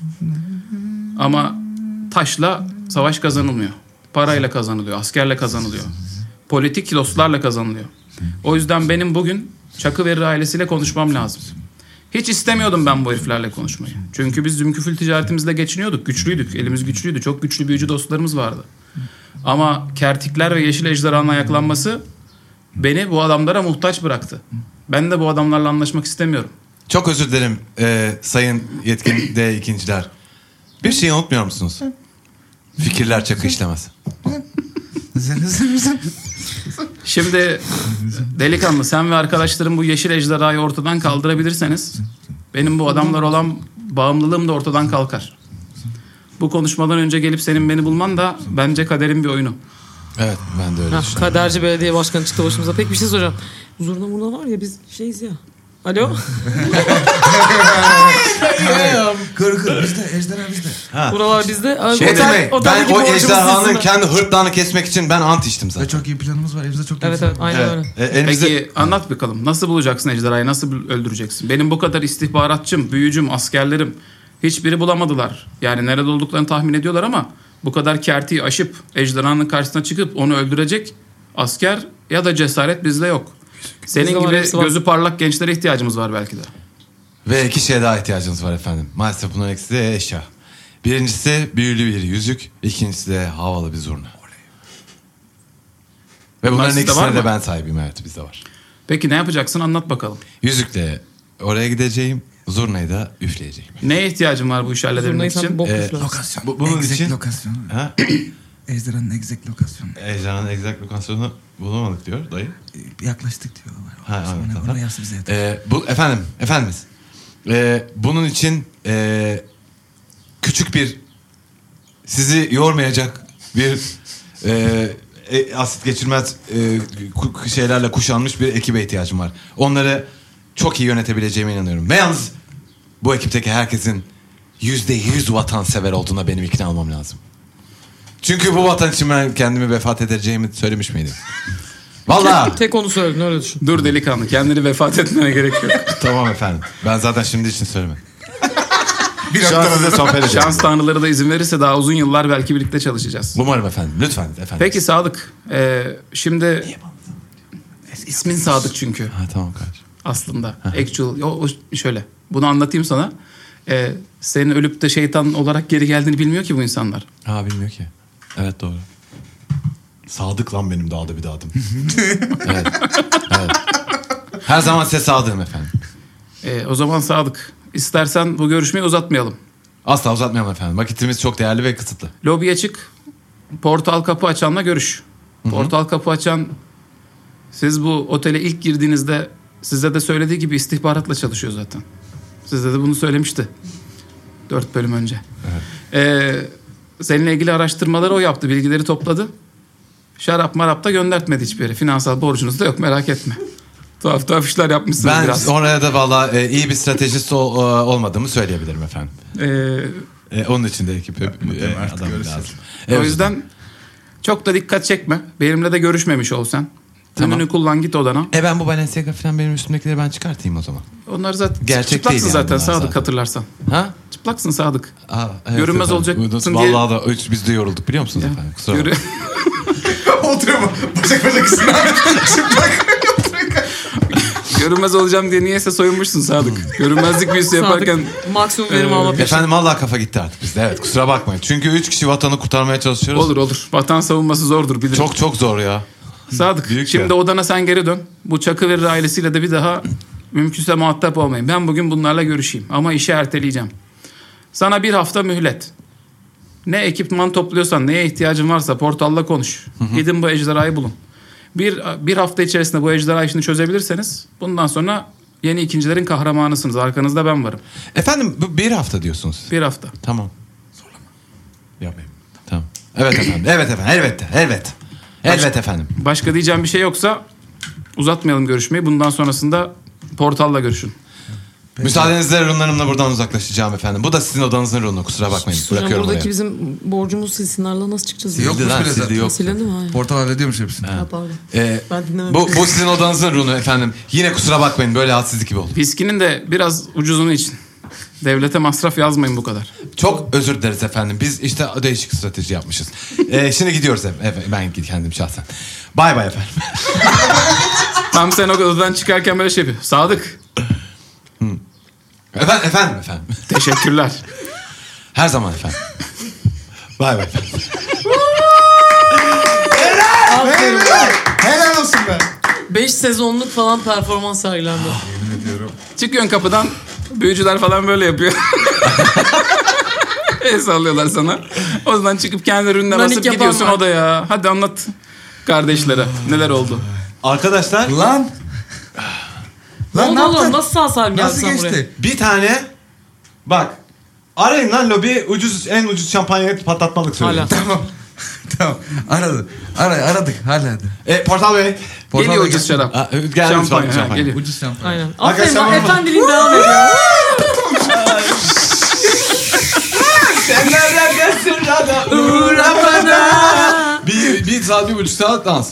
Ama taşla savaş kazanılmıyor. Parayla kazanılıyor, askerle kazanılıyor. Politik dostlarla kazanılıyor. O yüzden benim bugün Çakıverir ailesiyle konuşmam lazım. Hiç istemiyordum ben bu heriflerle konuşmayı. Çünkü biz zümküfül ticaretimizle geçiniyorduk. Güçlüydük. Elimiz güçlüydü. Çok güçlü büyücü dostlarımız vardı. Ama kertikler ve yeşil ejderhanın ayaklanması beni bu adamlara muhtaç bıraktı. Ben de bu adamlarla anlaşmak istemiyorum. Çok özür dilerim e, sayın yetkin D ikinciler. Bir şeyi unutmuyor musunuz? Fikirler çakı işlemez. Şimdi delikanlı sen ve arkadaşlarım bu yeşil ejderhayı ortadan kaldırabilirseniz benim bu adamlar olan bağımlılığım da ortadan kalkar. Bu konuşmadan önce gelip senin beni bulman da bence kaderin bir oyunu. Evet ben de öyle Heh, düşünüyorum. kaderci belediye başkanı çıktı başımıza. Peki bir şey soracağım. Zurna burada var ya biz şeyiz ya. Alo? Kır kır bizde ejderha bizde. Ha. Buralar bizde. Ay, Şey otel- demek, oteldeki ben o borcumuz ejderhanın sizin. kendi hırtlağını kesmek için ben ant içtim Ve zaten. çok iyi planımız var. Elimizde çok iyi Evet plan evet var. aynen öyle. Evet. E, elimizde... Peki anlat bakalım. Nasıl bulacaksın ejderhayı? Nasıl öldüreceksin? Benim bu kadar istihbaratçım, büyücüm, askerlerim hiçbiri bulamadılar. Yani nerede olduklarını tahmin ediyorlar ama bu kadar kertiği aşıp ejderhanın karşısına çıkıp onu öldürecek asker ya da cesaret bizde yok. Senin Bizde var, gibi hepsi var. gözü parlak gençlere ihtiyacımız var belki de. Ve iki şeye daha ihtiyacınız var efendim. Maalesef bunların ikisi de eşya. Birincisi büyülü bir yüzük. İkincisi de havalı bir zurna. Ve bunların sizde var ikisine mı? de ben sahibiyim, evet bizde var. Peki ne yapacaksın anlat bakalım. Yüzükle oraya gideceğim. Zurnayı da üfleyeceğim. Neye ihtiyacın var bu işi halledebilmek Zurnayı sen için? bok Ee, üfle. Lokasyon. Bu- bunun Exact için- lokasyon. Ha? Ejderhanın exact lokasyonu. Ejderhanın egzakt lokasyonunu bulamadık diyor dayı. Ee, Yaklaştık diyor. Ha, evet, Sonra tamam. orada yarısı bize yeter. Ee, bu efendim, efendimiz. Ee, bunun için ee, küçük bir sizi yormayacak bir ee, e, asit geçirmez ee, ku- şeylerle kuşanmış bir ekibe ihtiyacım var. Onları çok iyi yönetebileceğime inanıyorum. Ve yalnız bu ekipteki herkesin yüzde yüz vatansever olduğuna benim ikna olmam lazım. Çünkü bu vatan için ben kendimi vefat edeceğimi söylemiş miydim? Vallahi. Tek onu söyledin öyle düşün. Dur delikanlı kendini vefat etmene gerek yok. Tamam efendim. Ben zaten şimdi için söylemedim. Bir Şu an size sohbet edeceğim. Şans tanrıları da izin verirse daha uzun yıllar belki birlikte çalışacağız. Umarım efendim. Lütfen efendim. Peki Sadık. e, şimdi ismin Sadık çünkü Ha, tamam kardeşim. aslında. Actual. O, o şöyle. Bunu anlatayım sana. E, senin ölüp de şeytan olarak geri geldiğini bilmiyor ki bu insanlar. Ha bilmiyor ki. Evet doğru. Sadık lan benim dağda bir de adım. evet. evet. Her zaman size sadığım efendim. E, o zaman Sadık. İstersen bu görüşmeyi uzatmayalım. Asla uzatmayalım efendim. Vakitimiz çok değerli ve kısıtlı. Lobiye çık. Portal kapı açanla görüş. Portal kapı açan siz bu otele ilk girdiğinizde size de söylediği gibi istihbaratla çalışıyor zaten. Size de bunu söylemişti. Dört bölüm önce. Ee, seninle ilgili araştırmaları o yaptı. Bilgileri topladı. Şarap marap da göndertmedi hiçbir yere. Finansal borcunuz da yok merak etme. Tuhaf tuhaf işler yapmışsınız Ben biraz. oraya da valla e, iyi bir stratejist ol- e, olmadığımı söyleyebilirim efendim. Ee, E, onun için de ekip e, artık adam görüşürüz. lazım. o Evet. yüzden çok da dikkat çekme. Benimle de görüşmemiş ol sen. Tamam. Ürünü kullan git odana. E ben bu Balenciaga falan benim üstümdekileri ben çıkartayım o zaman. Onlar zaten Gerçek çıplaksın değil yani zaten bunlar Sadık zaten. hatırlarsan. Ha? Çıplaksın Sadık. Aa, evet Görünmez efendim. olacaksın Vallahi diye- da hiç biz de yorulduk biliyor musunuz efendim? Kusura Yürü. bakmayın. Oturuyor mu? Bacak bacak üstüne. Çıplak. Görünmez olacağım diye niyeyse soyunmuşsun Sadık. Görünmezlik büyüsü yaparken Sadık, maksimum verim Ee, alma peşinde. Efendim vallahi kafa gitti artık bizde. Evet kusura bakmayın. Çünkü üç kişi vatanı kurtarmaya çalışıyoruz. olur olur. Vatan savunması zordur bilirim. Çok çok zor ya. Sadık Büyük şimdi ya. odana sen geri dön. Bu Çakıverir ailesiyle de bir daha mümkünse muhatap olmayın. Ben bugün bunlarla görüşeyim ama işi erteleyeceğim. Sana bir hafta mühlet. Ne ekipman topluyorsan, neye ihtiyacın varsa portalla konuş. Gidin bu ejderhayı bulun. Bir, bir hafta içerisinde bu ejderha işini çözebilirseniz bundan sonra yeni ikincilerin kahramanısınız. Arkanızda ben varım. Efendim bu bir hafta diyorsunuz. Bir hafta. Tamam. Zorlama. Yapmayayım. Tamam. Evet efendim. Evet efendim. Elbette. Elbette. Elbette efendim. Başka diyeceğim bir şey yoksa uzatmayalım görüşmeyi. Bundan sonrasında portalla görüşün. Müsaadenizle runlarımla buradan uzaklaşacağım efendim. Bu da sizin odanızın runu. Kusura bakmayın. Hocam Bırakıyorum buradaki oraya. bizim borcumuz silsinlerle nasıl çıkacağız? Yok. Sildi lan, Yokmuş bile sildi zaten. yok. Silindi mi? Hayır. Portal hallediyormuş hepsini. Ha, pardon. Ee, Ben dinlememiştim. bu, bu sizin odanızın runu efendim. Yine kusura bakmayın. Böyle hadsizlik gibi oldu. Viskinin de biraz ucuzunu için. Devlete masraf yazmayın bu kadar. Çok özür dileriz efendim. Biz işte değişik strateji yapmışız. Ee, şimdi gidiyoruz efendim. Evet, ben kendim şahsen. Bay bay efendim. Tam sen o odadan çıkarken böyle şey yapıyor. Sadık. Efendim efendim efendim. Teşekkürler. Her zaman efendim. Bay bay efendim. Aferin. Helal olsun be. Beş sezonluk falan performans sergilendi. Yemin ediyorum. Çıkıyorsun kapıdan. Büyücüler falan böyle yapıyor. El sallıyorlar sana. O zaman çıkıp kendi ürününe Nanik basıp yapan gidiyorsun var. odaya. Hadi anlat kardeşlere neler oldu. Arkadaşlar Lan. Ne Lan oldu ne oğlum? yaptın? Nasıl sağ salim geldin Nasıl sen buraya? geçti? bir tane bak arayın lan lobi ucuz en ucuz şampanyayı patlatmalık söyleyeyim. Hala. Tamam. Tamam. Aradı. Ara, aradık. Hallendi. E, Portal Bey. Portal Geliyor Bey ucuz gelsin. şarap. Ha, gelmiş Şampanya, bak, ha, şampanya. geliyor. Ucuz şampanya. Aynen. Arkadaşlar, Aferin lan ama- efendiliğin devam ediyor. Sen nereden gelsin rada uğramana. Bir, bir saat bir buçuk saat dans.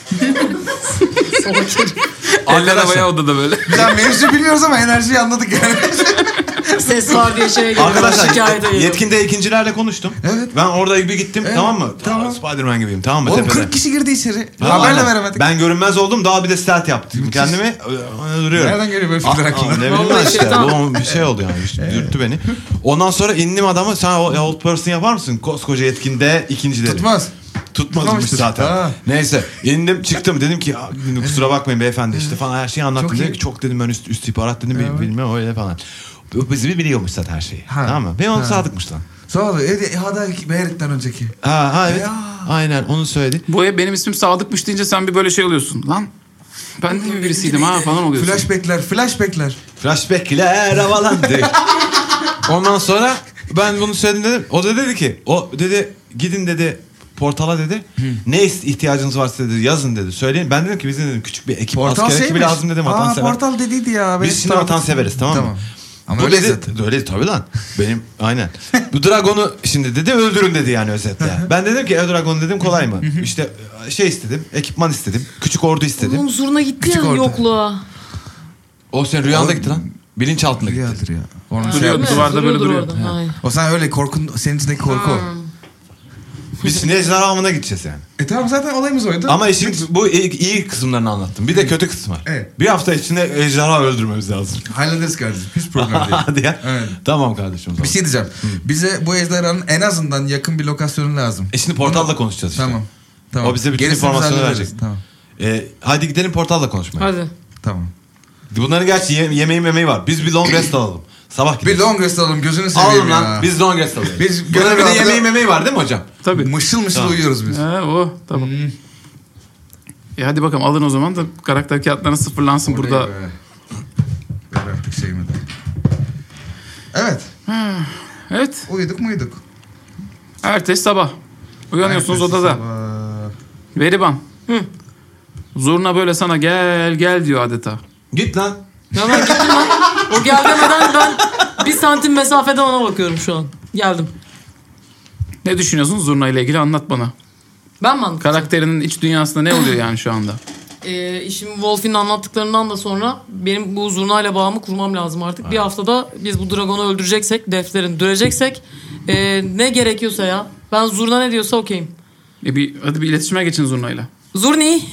Eller havaya odada böyle. Sen mevzu biliyoruz ama enerjiyi anladık yani. Ses var diye şeye geliyor. Arkadaşlar Şikayete geliyor. yetkinde ikincilerle konuştum. Evet. Ben orada bir gittim Evet, tamam mı? tamam. Aa, Spider-Man gibiyim tamam mı? Oğlum Tepede. kırk kişi girdi içeri. Ha, Haber de aynen. veremedik. Ben görünmez oldum daha bir de stealth yaptım. Kendimi e, duruyorum. Nereden geliyor böyle Ah, fikir ah, aklına? ne bileyim Vallahi ben işte. şeytan. Bu bir şey oldu yani. İşte dürttü beni. Ondan sonra indim adamı. Sen o- old person yapar mısın? Koskoca yetkinde ikincileri. Tutmaz. Tutmamış Tutmamıştır. zaten. Ha. Neyse indim çıktım dedim ki "Ya, dedim, kusura bakmayın beyefendi işte falan her şeyi anlattım. Çok Dedim iyi. ki çok dedim ben üst, üst ihbarat dedim Evet. bilmem öyle falan. O bizi biliyormuş zaten her şeyi. Ha. Tamam mı? Ben onu Ha. sadıkmış lan. Sağ ol. E, hada Beyrut'tan önceki. Ha, ha evet. Ya. Aynen onu söyledi. Bu ev benim ismim Sadık'mış deyince sen bir böyle şey oluyorsun. Lan ben de mi birisiydim ha falan oluyorsun. Flashbackler, flashbackler. Flashbackler havalandı. Ondan sonra ben bunu söyledim dedim. O da dedi ki o dedi gidin dedi portala dedi. Ne ihtiyacınız varsa dedi yazın dedi. Söyleyin. Ben dedim ki bizim dedim küçük bir ekip Portal asker ekibi şeymiş. lazım dedim Aa, vatansever. portal dediydi ya. Ben Biz şimdi tamam. vatanseveriz tamam mı? Tamam. Ama Bu öyle dedi, zaten. öyle tabii lan. Benim aynen. Bu Dragon'u şimdi dedi öldürün dedi yani özetle. Ben dedim ki e Dragon dedim kolay mı? İşte şey istedim, ekipman istedim, küçük ordu istedim. Oğlum zurna gitti Küçük ya orta. yokluğa. O senin rüyanda O- gitti lan. Bilinçaltına gitti. Rüyadır ya. Onu şey Duruyor, yapmış. duvarda böyle Duruyordur duruyor. orada, aynen. O sen öyle korkun, senin içindeki korku o. Biz şimdi ejderha avına gideceğiz yani. E tamam zaten olayımız oydu. Ama işin bu iyi, iyi kısımlarını anlattım. Bir de kötü kısmı var. Evet. Bir hafta içinde ejderha öldürmemiz lazım. Hallederiz kardeşim. Hiç problem değil. Hadi ya. Evet. Tamam kardeşim. o zaman. Bir şey diyeceğim. Bize bu ejderhanın en azından yakın bir lokasyonu lazım. E şimdi portalla konuşacağız işte. Tamam. Tamam. O bize bütün Gerisini informasyonu biz hallederiz. verecek. Tamam. E, hadi gidelim portalla konuşmaya. Hadi. Tamam. Bunların gerçi ye- yemeği memeği var. Biz bir long rest alalım. Sabah Bir gidelim. long rest alalım gözünü seveyim Alalım ya. lan. Biz long rest alalım. Biz Bunların bir de gönül yemeği rahatlığı- memeği var değil mi hocam? Tabii. Mışıl mışıl Tamam. uyuyoruz biz. He, o tamam. E hadi bakalım alın o zaman da karakter kağıtlarına sıfırlansın Orayı burada. be. Ver artık şeyimi de. Evet. Evet. Uyuduk muyduk? Ertesi sabah. Uyanıyorsunuz Ertesi odada. sabah. Veriban. Zurna böyle sana gel gel diyor adeta. Git lan. Ya ben gittim lan. O gel demeden ben bir santim mesafeden ona bakıyorum şu an. Geldim. Ne düşünüyorsun Zurna ile ilgili anlat bana. Ben mi anlatacağım? Karakterinin iç dünyasında ne oluyor yani şu anda? Ee, işim Wolf'in anlattıklarından da sonra benim bu zurnayla bağımı kurmam lazım artık. Bir haftada biz bu dragonu öldüreceksek, defterini düreceksek e, ne gerekiyorsa ya. Ben zurna ne diyorsa okeyim. E bir, hadi bir iletişime geçin Zurna'yla. Zurni.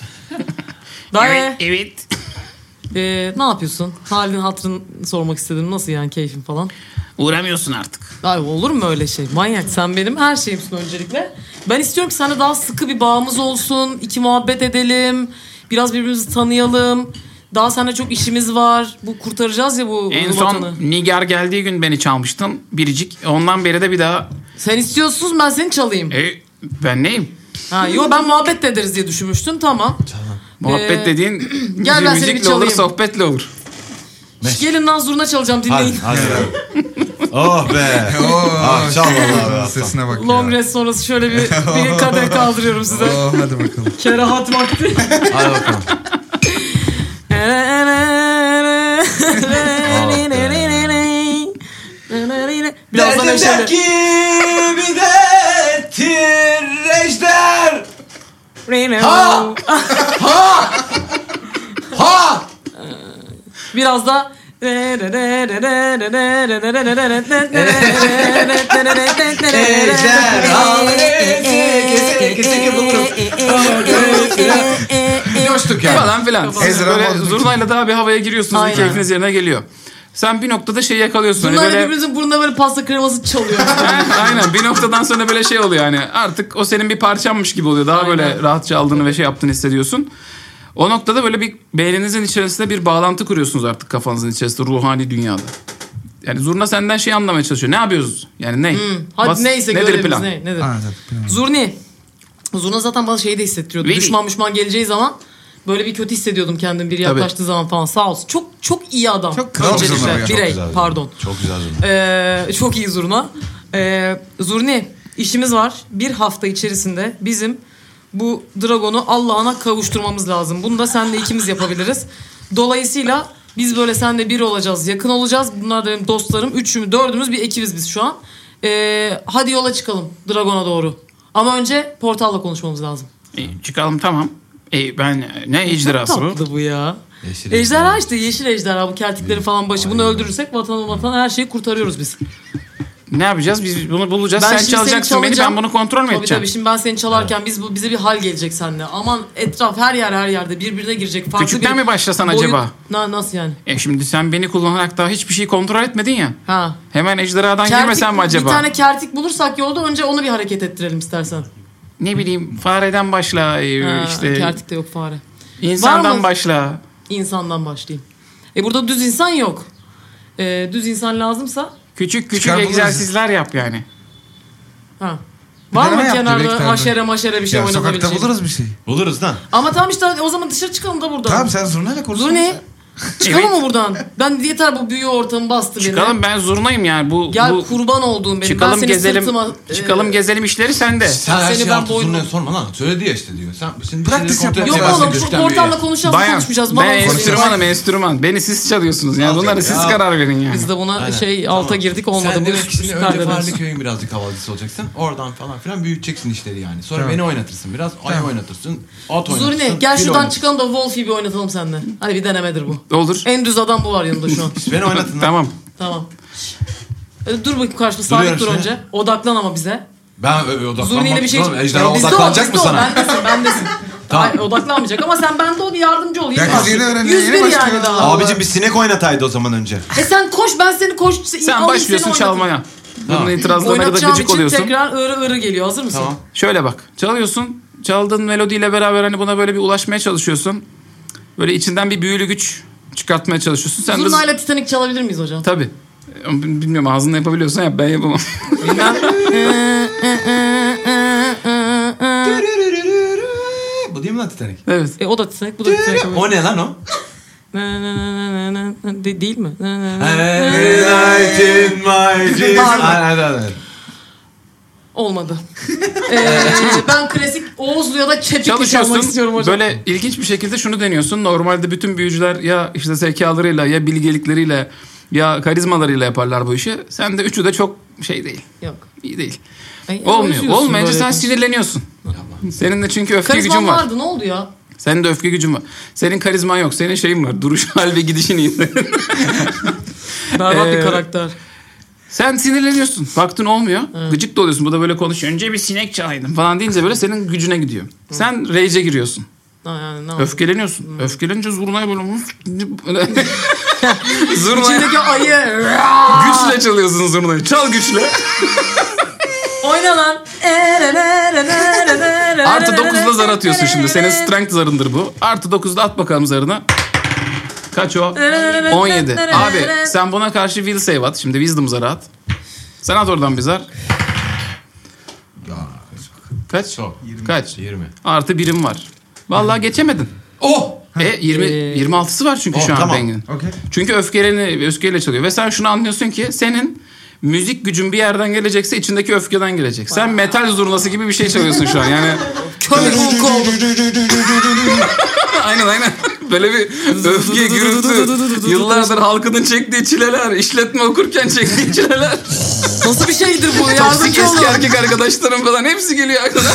Dayı. Evet. Ee, ne yapıyorsun? Halin hatırın sormak istedim. Nasıl yani keyfin falan? Uğramıyorsun artık. Ay olur mu öyle şey? Manyak sen benim her şeyimsin öncelikle. Ben istiyorum ki seninle daha sıkı bir bağımız olsun. İki muhabbet edelim. Biraz birbirimizi tanıyalım. Daha seninle çok işimiz var. Bu kurtaracağız ya bu En vatanı. son Nigar geldiği gün beni çalmıştın biricik. Ondan beri de bir daha... Sen istiyorsun ben seni çalayım. E, ben neyim? Ha, yo ben muhabbet de ederiz diye düşünmüştüm tamam. Muhabbet Ee, dediğin gel ben seni bir müzikle olur, çalayım. sohbetle olur. Gelin lan zurna çalacağım dinleyin. Hadi hadi. Oh be. Oo, Ah, çal vallahi be. sesine bak Long ya. rest sonrası şöyle bir, bir kadeh kaldırıyorum size. Oo, hadi bakalım. Kerahat vakti. Hadi bakalım. Biraz da neşeli. bir derttir ejder. Ha! Ha! Ha! Biraz da Coştuk yani. Falan filan. Siz Ezra böyle bozmuş. zurnayla daha bir havaya giriyorsunuz. Bir Aynen. keyfiniz yerine geliyor. Sen bir noktada şey yakalıyorsun. Hani Bunlar böyle... birbirimizin burnunda böyle pasta kreması çalıyor. Aynen bir noktadan sonra böyle şey oluyor yani. Artık o senin bir parçanmış gibi oluyor. Daha Aynen. böyle rahatça aldığını ve şey yaptığını hissediyorsun. O noktada böyle bir beyninizin içerisinde bir bağlantı kuruyorsunuz artık kafanızın içerisinde ruhani dünyada. Yani Zurna senden şey anlamaya çalışıyor. Ne yapıyoruz? Yani ne? Hmm, hadi Bas- neyse nedir görevimiz plan? ne? Nedir? Ha, hadi, tamam. Zurni. Zurna zaten bana şeyi de hissettiriyordu. Veli. Düşman düşman geleceği zaman böyle bir kötü hissediyordum kendim biri Tabii. yaklaştığı zaman falan sağ olsun. Çok çok iyi adam. Çok kral Öncelikle. Zurna ya. Çok Birey güzel pardon. Çok güzel zurna. Ee, çok iyi Zurna. Ee, Zurni işimiz var. Bir hafta içerisinde bizim bu dragonu Allah'ına kavuşturmamız lazım. Bunu da senle ikimiz yapabiliriz. Dolayısıyla biz böyle seninle bir olacağız, yakın olacağız. Bunlar da benim dostlarım. Üçümüz, dördümüz bir ekibiz biz şu an. Ee, hadi yola çıkalım Dragon'a doğru. Ama önce portalla konuşmamız lazım. E, çıkalım tamam. E, ben ne ejderhası Çok bu? tatlı bu ya. Yeşil Ejderha işte yeşil ejderha bu kertikleri falan başı. Bunu öldürürsek vatan vatan her şeyi kurtarıyoruz biz. Ne yapacağız? Biz bunu bulacağız. Ben Sen şimdi seni çalacaksın beni. çalacağım. Ben bunu kontrol mü Tabii edeceğim? tabii şimdi ben seni çalarken biz bu bize bir hal gelecek seninle. Aman etraf her yer her yerde birbirine girecek. Farklı Küçükten bir mi başlasan boyut- acaba? Na, nasıl yani? E şimdi sen beni kullanarak daha hiçbir şeyi kontrol etmedin ya. Ha. Hemen ejderhadan Kertik- girmesen mi acaba? Bir tane kertik bulursak yolda önce onu bir hareket ettirelim istersen. ne bileyim fareden başla e, Ha, işte Kertik'te yok fare. Var insandan mı? başla. İnsandan başlayayım. E burada düz insan yok. E, düz insan lazımsa Küçük küçük Çıkar buluruz. egzersizler yap yani. ha. Var mı deneme yaptı, bir iki kenarda tane. haşere maşere bir şey Ya sokakta oynatabileceğim? buluruz bir şey. Buluruz lan. Ama tamam işte o zaman dışarı çıkalım da buradan. Tamam sen zurnayla konuşsana. Dur ne? Çıkalım Evet. mı buradan? Ben yeter bu büyü ortamı bastı beni. Çıkalım ben zurnayım yani bu Gel bu kurban olduğum benim. çıkalım ben seni gezelim sırtıma, çıkalım e, gezelim işleri sende. Sen her Seni şeyi ben artık boynuma- Zurna'ya sorma lan. Söyledi ya işte diyor. Sen şimdi Praktis şeyleri kontrol yapmak Yok edemezsin oğlum göçten şu portalla büyüye. konuşacağız Bayan konuşmayacağız. ben Bana enstrümanım enstrüman. Beni siz çalıyorsunuz yani bunları siz Ya. karar verin yani. Biz de buna Aynen. şey Tamam. alta girdik olmadı. Sen Bu demek ki şimdi önce perdeden. Farliköy'ün birazcık havalıcısı olacaksın. Oradan falan filan büyüteceksin işleri yani. Sonra Tamam. beni oynatırsın biraz. Ayı Tamam. oynatırsın. At oynatırsın. Zurine gel fil şuradan oynatırsın. çıkalım da Wolfie'yi bir oynatalım seninle. Hadi bir denemedir bu. Olur. En düz adam bu var yanında şu an. Beni oynatın lan. Tamam. Tamam. E, dur bakayım karşıda sabit Duruyorum dur şimdi. önce. Odaklan ama bize. Ben ö- odaklanmak Zurne'yle bir şey... zorunda. Ejderha Bizde ol, odaklanacak bizde mı ol. sana? Bendesin bendesin. Tamam. Hayır, odaklanmayacak ama sen bende ol bir yardımcı ol. Ya Yeni kız yeni başlıyor. öğreniyor, yüz yeni bir başlıyor. yani daha. Allah. Abicim bir sinek oynataydı o zaman önce. E sen koş ben seni koş. Sen alayım, başlıyorsun seni çalmaya. Bunun Tamam. itirazlarına kadar Oynatacağım gıcık için oluyorsun. tekrar ırı ırı geliyor. Hazır mısın? Tamam. Şöyle bak. Çalıyorsun. Çaldığın melodiyle beraber hani buna böyle bir ulaşmaya çalışıyorsun. Böyle içinden bir büyülü güç çıkartmaya çalışıyorsun. Sen de Zurnayla Titanic çalabilir miyiz hocam? tabii. Bilmiyorum ağzınla yapabiliyorsan yap ben yapamam. Bilmem. Bu değil mi lan Titanic? Evet. E, o da Titanic bu da Titanic. O ne lan o? De- değil mi? Every night in my dreams. Pardon. Aynen aynen. Olmadı. Ee, ben klasik Oğuzlu ya da Çepikli çalmak istiyorum Çalışıyorsun. hocam. Böyle ilginç bir şekilde şunu deniyorsun. Normalde bütün büyücüler ya işte zekalarıyla ya bilgelikleriyle ya karizmalarıyla yaparlar bu işi. Sen de üçü de çok şey değil. Yok. İyi değil. Ay, Olmuyor. üzüyorsun Olmayınca böyle sen konuş- sinirleniyorsun. Senin de çünkü öfke Karizman gücün var. vardı ne oldu ya? Senin de öfke gücün var. Senin karizman yok. Senin şeyin var. Duruş, hal ve gidişin iyi. Berbat Ee, bir karakter. Sen sinirleniyorsun. Baktın olmuyor. Gıcık da oluyorsun. Bu da böyle konuşuyor. Önce bir sinek çalaydım falan deyince böyle senin gücüne gidiyor. Sen rage'e giriyorsun. Ha, yani, ne yapayım? Öfkeleniyorsun. Öfkelenince zurnaya böyle... böyle zurnaya İçindeki ayı. güçle çalıyorsun zurnayı. Çal güçle. Oyna lan. Artı dokuzda zar atıyorsun şimdi. Senin strength zarındır bu. Artı dokuzda at bakalım zarını. Kaç o? on yedi. Abi sen buna karşı will save at. Şimdi wisdom zarı at. Sen at oradan bir zar. Kaç? Çok. Kaç? yirmi. Artı birim var. Vallahi geçemedin. Oh! E yirmi, Ee, yirmi altısı var çünkü Oh, şu an tamam. Bengi'nin. Okey. Çünkü öfkelerini, öfkeyle çalıyor. Ve sen şunu anlıyorsun ki senin müzik gücün bir yerden gelecekse içindeki öfkeden gelecek. Sen metal zurnası gibi bir şey çalıyorsun şu an. Yani Kömür hulku oldu. aynen aynen. Böyle bir öfke, gürültü. Yıllardır halkının çektiği çileler. İşletme okurken çektiği çileler. Nasıl bir şeydir bu? Toksik Yardımcı eski olun. erkek arkadaşlarım falan hepsi geliyor arkadan.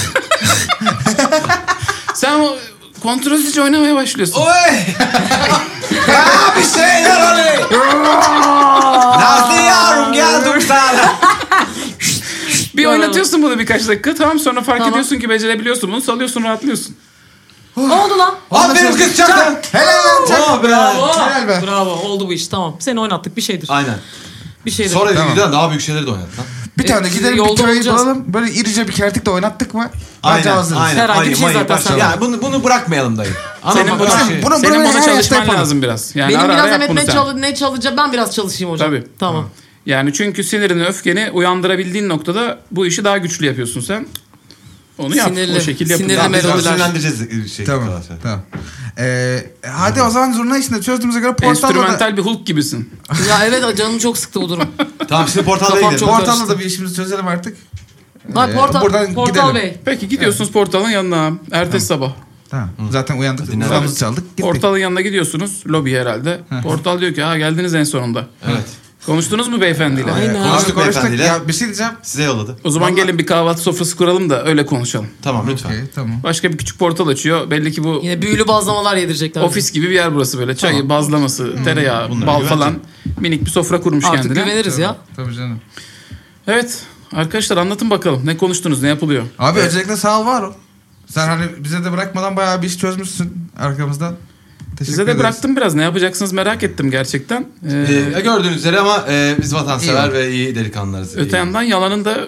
Sen o kontrolsüzce oynamaya başlıyorsun. Oy! Ya bir şeyler oluyor. Nasıl yavrum geldim sana. Bir oynatıyorsun bunu birkaç dakika. Tamam sonra fark Tamam. ediyorsun ki becerebiliyorsun bunu. Salıyorsun rahatlıyorsun. Ne oldu lan? Aferin kız çaktan. Helal lan çak. Oh be. Bravo. Helal be. Bravo. Oldu bu iş. Tamam. Seni oynattık. Bir şeydir. Aynen. Bir şeydir. Sonra Tamam. gidelim daha büyük şeyleri de oynat lan. Bir tane E, gidelim yolda bir köyü olacağız. bulalım. Böyle irice bir kertik de oynattık mı? Bence Aynen, hazırız. aynen. Herhangi bir Ayı, şey mayı, zaten başla- sen- Yani bunu, bunu bırakmayalım dayı. Senin Anam bunu, bak şey. bunu- senin bunu bunu her yaşta çalışman yapalım. lazım biraz. Yani Benim ara ara biraz yap evet bunu ne, sen. çal ne çalacağım ben biraz çalışayım hocam. Tabii. Tamam. Yani çünkü sinirini, öfkeni uyandırabildiğin noktada bu işi daha güçlü yapıyorsun sen. Onu yap. Sinirli. O şekilde yapın. Sinirli Tamam, biz onu melodiler. sinirlendireceğiz şey. Tamam. arkadaşlar. Tamam. Ee, hadi o zaman zurna işini çözdüğümüze göre portalla da, Enstrümantal bir Hulk gibisin. Ya evet canım çok sıktı bu durum. Tamam şimdi portalda Kafam gidelim. çok- portalla karıştı. da bir işimizi çözelim artık. Bak Ee, portal, buradan portal gidelim. Bey. Peki gidiyorsunuz portalın yanına. Ertesi sabah. Tamam. Zaten uyandık. Dinledim. Zurnamızı çaldık. Gittik. Portalın yanına gidiyorsunuz. Lobi herhalde. Portal diyor ki ha geldiniz en sonunda. Evet. Konuştunuz mu beyefendiyle? Aynen. Abi Konuştuk konuştuk. beyefendiyle. Ya bir şey diyeceğim. Size yolladı. O zaman Vallahi- gelin bir kahvaltı sofrası kuralım da öyle konuşalım. Tamam lütfen. Okey tamam. Başka bir küçük portal açıyor. Belli ki bu Yine büyülü bazlamalar yedirecekler. ofis gibi bir yer burası böyle. Çay, bazlaması, tereyağı, Bunlara bal güveneceğim. falan. Minik bir sofra kurmuş Artık kendine. güveniriz ya. Tabii canım. Evet. Arkadaşlar anlatın bakalım. Ne konuştunuz? Ne yapılıyor? Abi öncelikle sağ ol var ol. Sen hani bize de bırakmadan bayağı bir iş çözmüşsün arkamızdan. Teşekkür Size de ederiz. bıraktım biraz. Ne yapacaksınız merak ettim gerçekten. Ee, Ee, gördüğünüz üzere ama e, biz vatansever İyi. ve iyi delikanlılarız. öte İyi. yandan yalanın da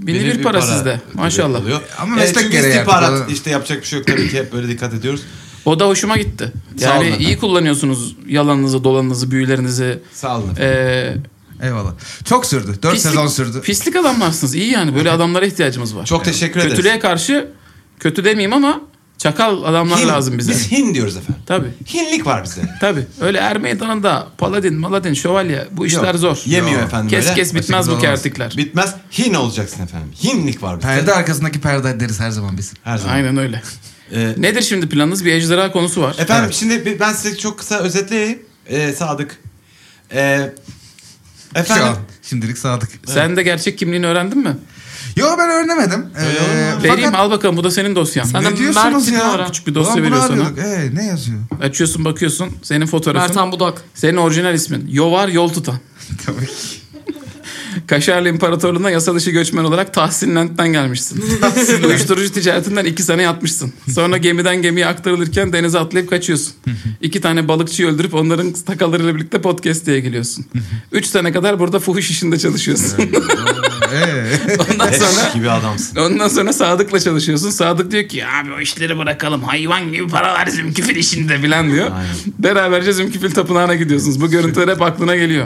Bini bir para sizde. Maşallah. oluyor. Ama E, meslek çünkü gereği istihbarat artık. işte yapacak bir şey yok tabii ki hep böyle dikkat ediyoruz. O da hoşuma gitti. Sağ olun Yani efendim. iyi kullanıyorsunuz yalanınızı, dolanınızı, büyülerinizi. Sağ olun efendim. Ee, Eyvallah. Çok sürdü. Dört pislik- sezon sürdü. Pislik adamlarsınız. İyi yani. Böyle adamlara ihtiyacımız var. Çok teşekkür ederiz. Kötülüğe karşı kötü demeyeyim ama çakal adamlar Hin. lazım bize. Biz Hin diyoruz efendim. Tabii. Hinlik var bizde. Tabii. Öyle er meydanında paladin, maladin, şövalye bu işler Yok. zor. Yemiyor Yok. efendim Kes böyle. kes bitmez Açık bu olmaz. kertikler. Bitmez. Hin olacaksın efendim. Hinlik var bizde. Perde arkasındaki perde deriz her zaman biz. Her zaman. Aynen öyle. Ee, Nedir şimdi planınız? Bir ejderha konusu var. efendim Evet. şimdi bir- ben size çok kısa özetleyeyim. Ee, Sadık. Ee, Şu efendim. an şimdilik sadık. Sen de gerçek kimliğini öğrendin mi? Yo ben öğrenemedim. Ee, Vereyim fakat- al bakalım bu da senin dosyan. Sen- Ne Mert diyorsunuz tipi ya? var ha. Küçük bir dosya Ulan bunu veriyor sana. arıyorduk. Ee, ne yazıyor? Açıyorsun bakıyorsun senin fotoğrafın. Mertan Budak. Senin orijinal ismin. Yovar yol tutan. Tabii ki. Kaşarlı İmparatorluğu'na yasa dışı göçmen olarak Tahsin Lent'ten gelmişsin. Uyuşturucu ticaretinden iki sene yatmışsın. Sonra gemiden gemiye aktarılırken denize atlayıp kaçıyorsun. İki tane balıkçıyı öldürüp onların takalarıyla birlikte podcast diye geliyorsun. Üç sene kadar burada fuhuş işinde çalışıyorsun. Ee, Ondan sonra Eş gibi adamsın. ondan sonra Sadık'la çalışıyorsun. Sadık diyor ki abi o işleri bırakalım. Hayvan gibi para var Zümküfil işinde falan diyor. Aynen. Beraberce Zümküfil tapınağına gidiyorsunuz. Bu görüntüler hep aklına geliyor.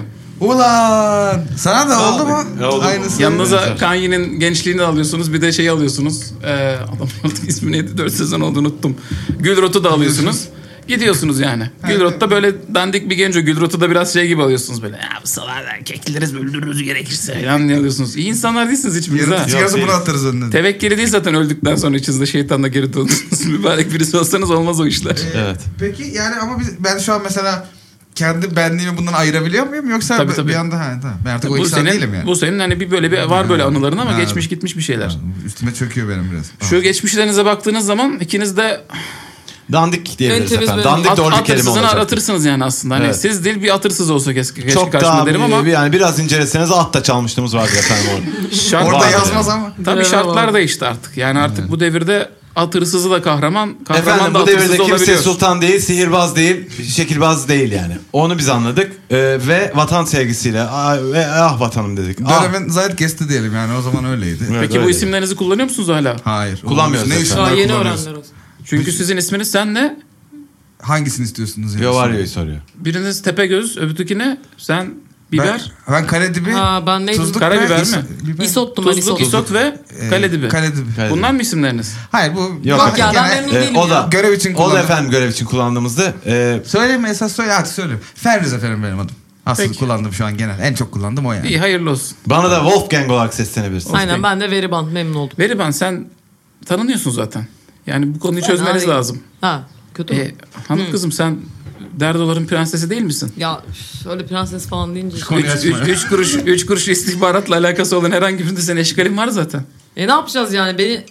Ulan sana da oldu mu? Ya oldu mu? Aynısı. Yanınıza Benzer. Kanyi'nin gençliğini alıyorsunuz. Bir de şeyi alıyorsunuz. Ee, adam artık ismi neydi? Dört sezon oldu unuttum. Gülrot'u da alıyorsunuz. Gidiyorsunuz yani. Gülrot'ta böyle dandik bir genç o. Gülrot'u da biraz şey gibi alıyorsunuz böyle. Ya bu salaklar kekleriz öldürürüz gerekirse. Falan diye alıyorsunuz. İyi insanlar değilsiniz hiçbiriz ha. Yarın çıkarsa Yok, bunu atarız önüne. Tevekkeli değil zaten öldükten sonra içinizde şeytanla geri döndünüz. Mübarek birisi olsanız olmaz o işler. Evet. Peki yani ama biz, ben şu an mesela kendi benliğimi bundan ayırabiliyor muyum? Yoksa Tabii, bir tabii. anda ha, tamam. Ben artık o Bu insan değilim senin, yani. bu senin hani bir böyle bir var böyle anıların ama Ha. geçmiş gitmiş bir şeyler. Üstüme çöküyor benim biraz. Şu geçmişlerinize baktığınız zaman ikiniz de Dandik diyebiliriz En temiz efendim. benim. Dandik at, doğru bir kelime atırsızını olacak. aratırsınız yani aslında. Hani Evet. siz değil bir atırsız olsa keşke, keşke Çok karşıma daha derim bir, ama yani biraz inceleseniz at da çalmışlığımız vardı efendim orada. şart, Orada Var yazmaz yani. ama. tabii Evet, şartlar var. değişti artık. Yani artık bu devirde at hırsızı da kahraman, kahraman Efendim da bu at devirde hırsızı kimse olabiliyor. sultan değil, sihirbaz değil, şekilbaz değil yani. Onu biz anladık Ee, ve vatan sevgisiyle ah, ve ah vatanım dedik. Ah. Dönemin zeitgeist'i diyelim yani o zaman öyleydi. Evet, Peki bu öyle. isimlerinizi kullanıyor musunuz hala? Hayır. Kullanmıyoruz Ne efendim. isimler Daha yeni kullanıyoruz? öğrendiler o. Çünkü sizin isminiz sen ne? Hangisini istiyorsunuz? Yani? Yo var ya soruyor. Biriniz Tepegöz, öbürteki ne? Sen biber, Ben, ben kale dibi. Ha ben neydim? Tuzluk Karabiber ve is- mi? biber. İsottum ben Tuzluk, isot. isot ve Ee, Kaledibi. Kale dibi. Kale- Bunlar mı isimleriniz? Hayır bu Yok bak ya, ben gene- memnun Ee, değilim o da ya. Görev için O da kullandım. efendim görev için kullandığımızda e, Söyleyeyim mi esas söyle hadi söyleyeyim. Ferriz efendim benim adım. Aslında Peki. kullandım şu an genel. En çok kullandım o yani. İyi hayırlı olsun. bana da Wolfgang olarak seslenebilirsin. Aynen ben de Veriban memnun oldum. Veriban sen tanınıyorsun zaten. Yani bu konuyu çözmeniz Fena değil. lazım. Ha kötü mü? E, hanım kızım sen Derdoların prensesi değil misin? Ya üf, öyle prenses falan deyince. Konuyu Üç, açma. üç, üç kuruş, üç kuruş istihbaratla alakası olan herhangi birinde senin eşkalin var zaten. E ne yapacağız yani beni...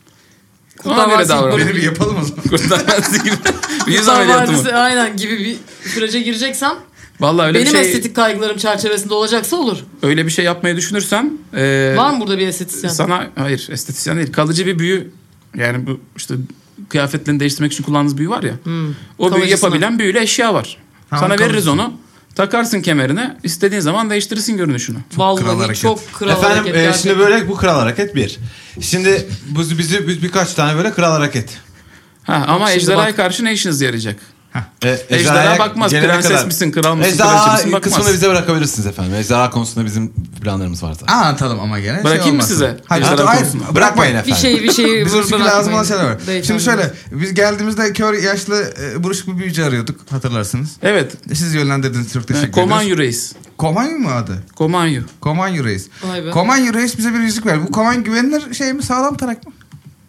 Ona Kurtlar göre Vadisi davran. böyle Beni bir yapalım o zaman. Kurtlar Vadisi gibi. Yüz Kurtlar ameliyatı Vadisi mı? aynen gibi bir sürece gireceksem Vallahi öyle benim bir şey, estetik kaygılarım çerçevesinde olacaksa olur. öyle bir şey yapmayı düşünürsen e, Var mı burada bir estetisyen? sana hayır estetisyen değil kalıcı bir büyü yani bu işte kıyafetlerini değiştirmek için kullandığınız büyü var ya. O büyü Kalıcısına. yapabilen büyülü eşya var. Tamam, Sana veririz kalıcı. onu. Takarsın kemerine. İstediğin zaman değiştirirsin görünüşünü. Vallahi kral hareket. çok kral Efendim hareket. e, gerçekten. şimdi böyle bu kral hareket bir. Şimdi bu bizi biz birkaç tane böyle kral hareket. Ha, ama şimdi ejderhaya bak. karşı ne işinize yarayacak? E, Ejderha ejderhaya bakmaz. gelene Prenses kadar. misin, kral mısın, kraliçe Ejderha misin bakmaz. kısmını bize bırakabilirsiniz efendim. Ejderha konusunda bizim planlarımız var zaten. Anlatalım ama gene. Bırakayım şey mı olmasın. size? Hayır, Ejderha hayır, konusunu. Bırakmayın bir efendim. şey bir şey Bizim çünkü lazım olan şeyler var. Beyefendi. Şimdi şöyle biz geldiğimizde kör yaşlı e, buruşuk bir büyücü arıyorduk hatırlarsınız. Evet. Siz yönlendirdiniz çok teşekkür ederiz. Komanyu Reis. Komanyu mu adı? Komanyu. Komanyu Reis. Vay be. Komanyu Reis bize bir yüzük verdi. Bu Komanyu güvenilir şey mi sağlam tarak mı?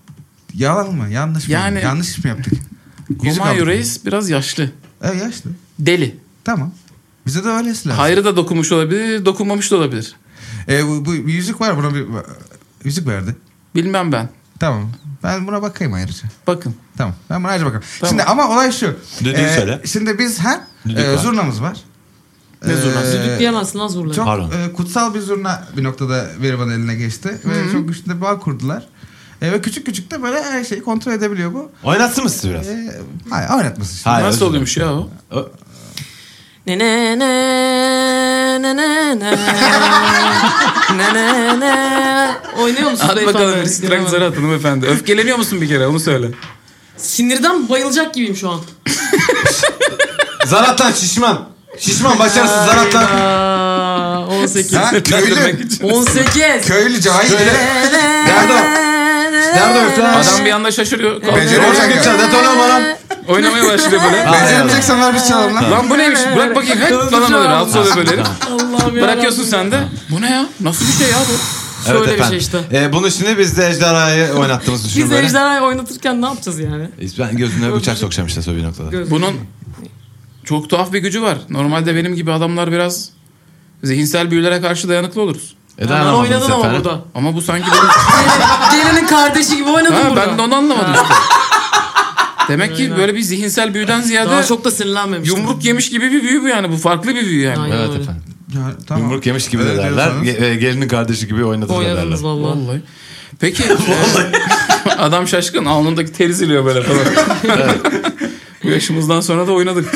Yalan mı? Yanlış mı? Yani- Yanlış iş mi yaptık? Yüzük Komanyu aldık. Reis biraz yaşlı. Evet yaşlı. Deli. Tamam. Bize de öylesi lazım. Hayrı da dokunmuş olabilir, dokunmamış da olabilir. E, bu, bu bir yüzük var buna bir yüzük verdi. Bilmem ben. Tamam. Ben buna bakayım ayrıca. Bakın. Tamam. Ben buna ayrıca bakarım. Tamam. Şimdi ama olay şu. Düdüğü söyle. Şimdi biz ha Düdük e, var. zurnamız var. Ne zurnası? Düdük diyemezsin lan zurla. Çok Pardon. e, kutsal bir zurna bir noktada Veriban eline geçti. Ve çok güçlü de bir bağ kurdular. E, ve küçük küçük de böyle her şeyi kontrol edebiliyor bu. Oynatsın mı sizi biraz? E, hayır oynatmasın şimdi. Hayır, özür Nasıl oluyormuş ya o? O- Ne ne ne ne ne ne ne ne ne ne. Oynuyor musun At beyefendi? bakalım bir strike zarı atın hanımefendi. Öfkeleniyor musun bir kere onu söyle. Sinirden bayılacak gibiyim şu an. Zar at lan şişman. Şişman başarısız zar at lan. Aa, on sekiz. Ha, köylü. on sekiz. Köylü cahil. Köylü. Nerede o? Nerede o öfle? Adam bir anda şaşırıyor. Beceri Orçak olacak geçer. ya. Det oynama lan. Oynamaya başlıyor böyle. Beceremeyeceksen ver biz çalalım lan. Lan bu neymiş? Bırak bakayım. Hep falan böyle rahatsız oluyor böyle herif. Allah'ım ya. Bırakıyorsun sen de. Bu ne ya? Nasıl bir şey ya bu? Evet Şöyle bir efendim. şey işte. Ee, bunu şimdi biz de ejderhayı oynattığımızı düşünün Biz böyle. ejderhayı oynatırken ne yapacağız yani? Ben gözüne bıçak sokacağım işte söyle bir noktada. Göz- Bunun çok tuhaf bir gücü var. Normalde benim gibi adamlar biraz zihinsel büyülere karşı dayanıklı oluruz. E, Ben oynadın ama burada. Ama bu sanki benim... Gelinin kardeşi gibi oynadın ha, burada. ben de onu anlamadım işte. Demek ki böyle bir zihinsel büyüden ziyade Daha çok da sinirlenmemiştim. yumruk yemiş gibi bir büyü bu yani. Bu farklı bir büyü yani. Aynen Evet öyle. efendim. Ya, tamam. Yumruk yemiş gibi de Öyle derler. diyorsanız. Ge- e, gelinin kardeşi gibi oynatırlar derler. Oynadınız vallahi. Vallahi. Peki. e, adam şaşkın. Alnındaki teri siliyor böyle falan. Bu yaşımızdan sonra da oynadık.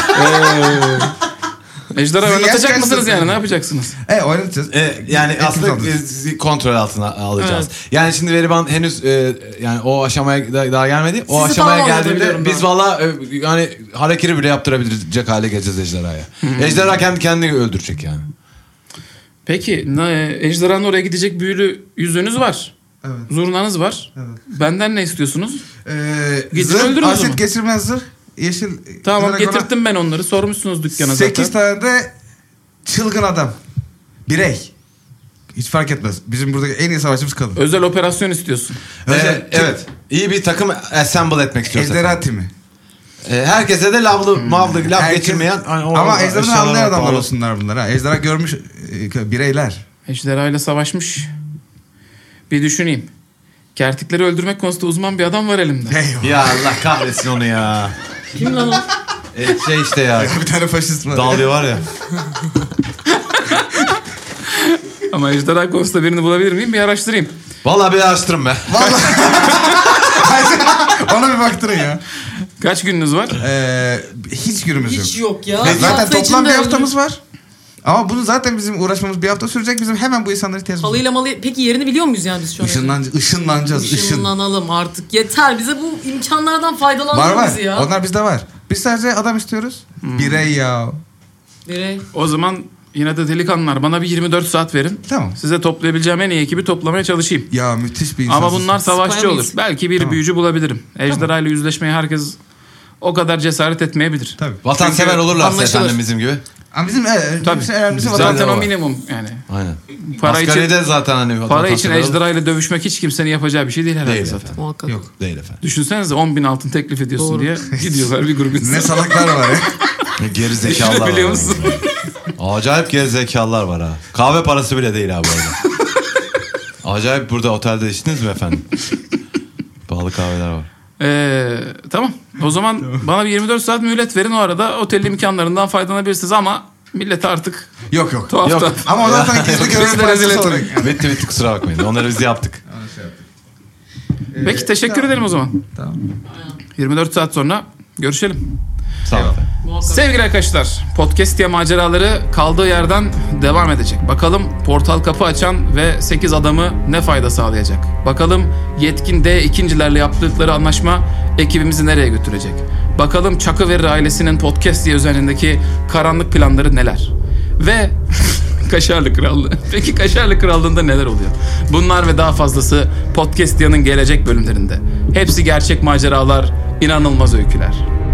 Ee, Ejderha Sizin oynatacak yaş mısınız kaçtı? yani? Ne yapacaksınız? E oynatacağız. E, yani Etkisiz aslında alacağız. e, kontrol altına alacağız. Yani şimdi Veriban henüz e, yani o aşamaya da- daha gelmedi. O Sizi aşamaya falan geldiğinde oynatabiliyorum biz daha. valla e, yani hareketi bile yaptırabilecek hale geleceğiz ejderhaya. Ejderha kendi kendini öldürecek yani. Peki ne, ejderhanın oraya gidecek büyülü yüzüğünüz var. Evet. Zurnanız var. Evet. Benden ne istiyorsunuz? Ee, Gidin zırh, öldürün o zaman. asit geçirmez zırh. Yeşil. Tamam Dragona- getirttim ben onları. Sormuşsunuz dükkana Sekiz zaten. tane de çılgın adam. Birey. Hiç fark etmez. Bizim buradaki en iyi savaşçımız kadın. Özel operasyon istiyorsun. Özel- E, evet. İyi bir takım assemble etmek istiyoruz. Ejderha efendim. timi. E, herkese de lavlı, mavlı, laf Herkes- geçirmeyen. hani o- Ama o ejderhadan eşyalar anlayan var, adamlar pahalı. olsunlar bunlar ha. Ejderha görmüş e, bireyler. Ejderha ile savaşmış. Bir düşüneyim. Kertikleri öldürmek konusunda uzman bir adam var elimde. Eyvah. Ya Allah kahretsin onu ya. Kim lan o? E, şey işte ya. Bir tane faşist var. Dalya var ya. Ama ejderha konusunda birini bulabilir miyim? Bir araştırayım. Vallahi bir araştırın be. Ona bir baktırın ya. Kaç gününüz var? Ee, hiç günümüz yok. Hiç yok ya. Ve Bir zaten hafta toplam bir içinde haftamız var. Ama bunu zaten bizim uğraşmamız bir hafta sürecek. Bizim hemen bu insanları ihtiyacımız var. Halıyla malı. Peki yerini biliyor muyuz yani biz şu an? Işınlan, ışınlanacağız. Işın. Işınlanalım artık. Yeter. Bize bu imkanlardan Var faydalanmamız var. ya. Onlar bizde var. Biz sadece adam istiyoruz. Birey ya. Birey. O zaman yine de delikanlılar bana bir yirmi dört saat verin. Tamam. Size toplayabileceğim en iyi ekibi toplamaya çalışayım. Ya müthiş bir insan. Ama bunlar savaşçı Sıkmayalım. olur. Belki bir Tamam. büyücü bulabilirim. Ejderha ile yüzleşmeye herkes o kadar cesaret etmeyebilir. Tabii. Vatansever Çünkü olurlarsa anlaşılır. efendim bizim gibi. Ama bizim e, Tabii. bizim önemlisi Bizden vatan. Zaten de o var. minimum yani. Aynen. Para için, Asgaride zaten hani para için vatansever olur. ejderha ile dövüşmek hiç kimsenin yapacağı bir şey değil herhalde Değil zaten. efendim. Muhakkak. Yok. Değil efendim. Düşünsenize on bin altın teklif ediyorsun Doğru. diye gidiyorlar bir grup insan. Ne salaklar var ya. Geri zekalılar var. Biliyor musun? Acayip geri zekalılar var ha. Kahve parası bile değil ha bu arada. Acayip burada otelde içtiniz mi efendim? Pahalı kahveler var. Ee, tamam. O zaman bana bir yirmi dört saat mühlet verin, o arada otel imkanlarından faydalanabilirsiniz ama millete artık Yok yok. tuhaf Yok. tuhaf. Ama o zaten gizli Bizi görevli de rezil parçası etme. olarak. Bitti bitti kusura bakmayın. Onları biz yaptık. Peki teşekkür ederim o zaman. Tamam. yirmi dört saat sonra görüşelim. Sağ olun efendim. Muhakkak. Sevgili arkadaşlar, Podcast diye maceraları kaldığı yerden devam edecek. Bakalım portal kapı açan ve sekiz adamı ne fayda sağlayacak? Bakalım yetkin D ikincilerle yaptıkları anlaşma ekibimizi nereye götürecek? Bakalım Çakıverir ailesinin Podcast diye üzerindeki karanlık planları neler? Ve Kaşarlı Krallığı. Peki Kaşarlı Krallığı'nda neler oluyor? Bunlar ve daha fazlası Podcast Dia'nın gelecek bölümlerinde. Hepsi gerçek maceralar, inanılmaz öyküler.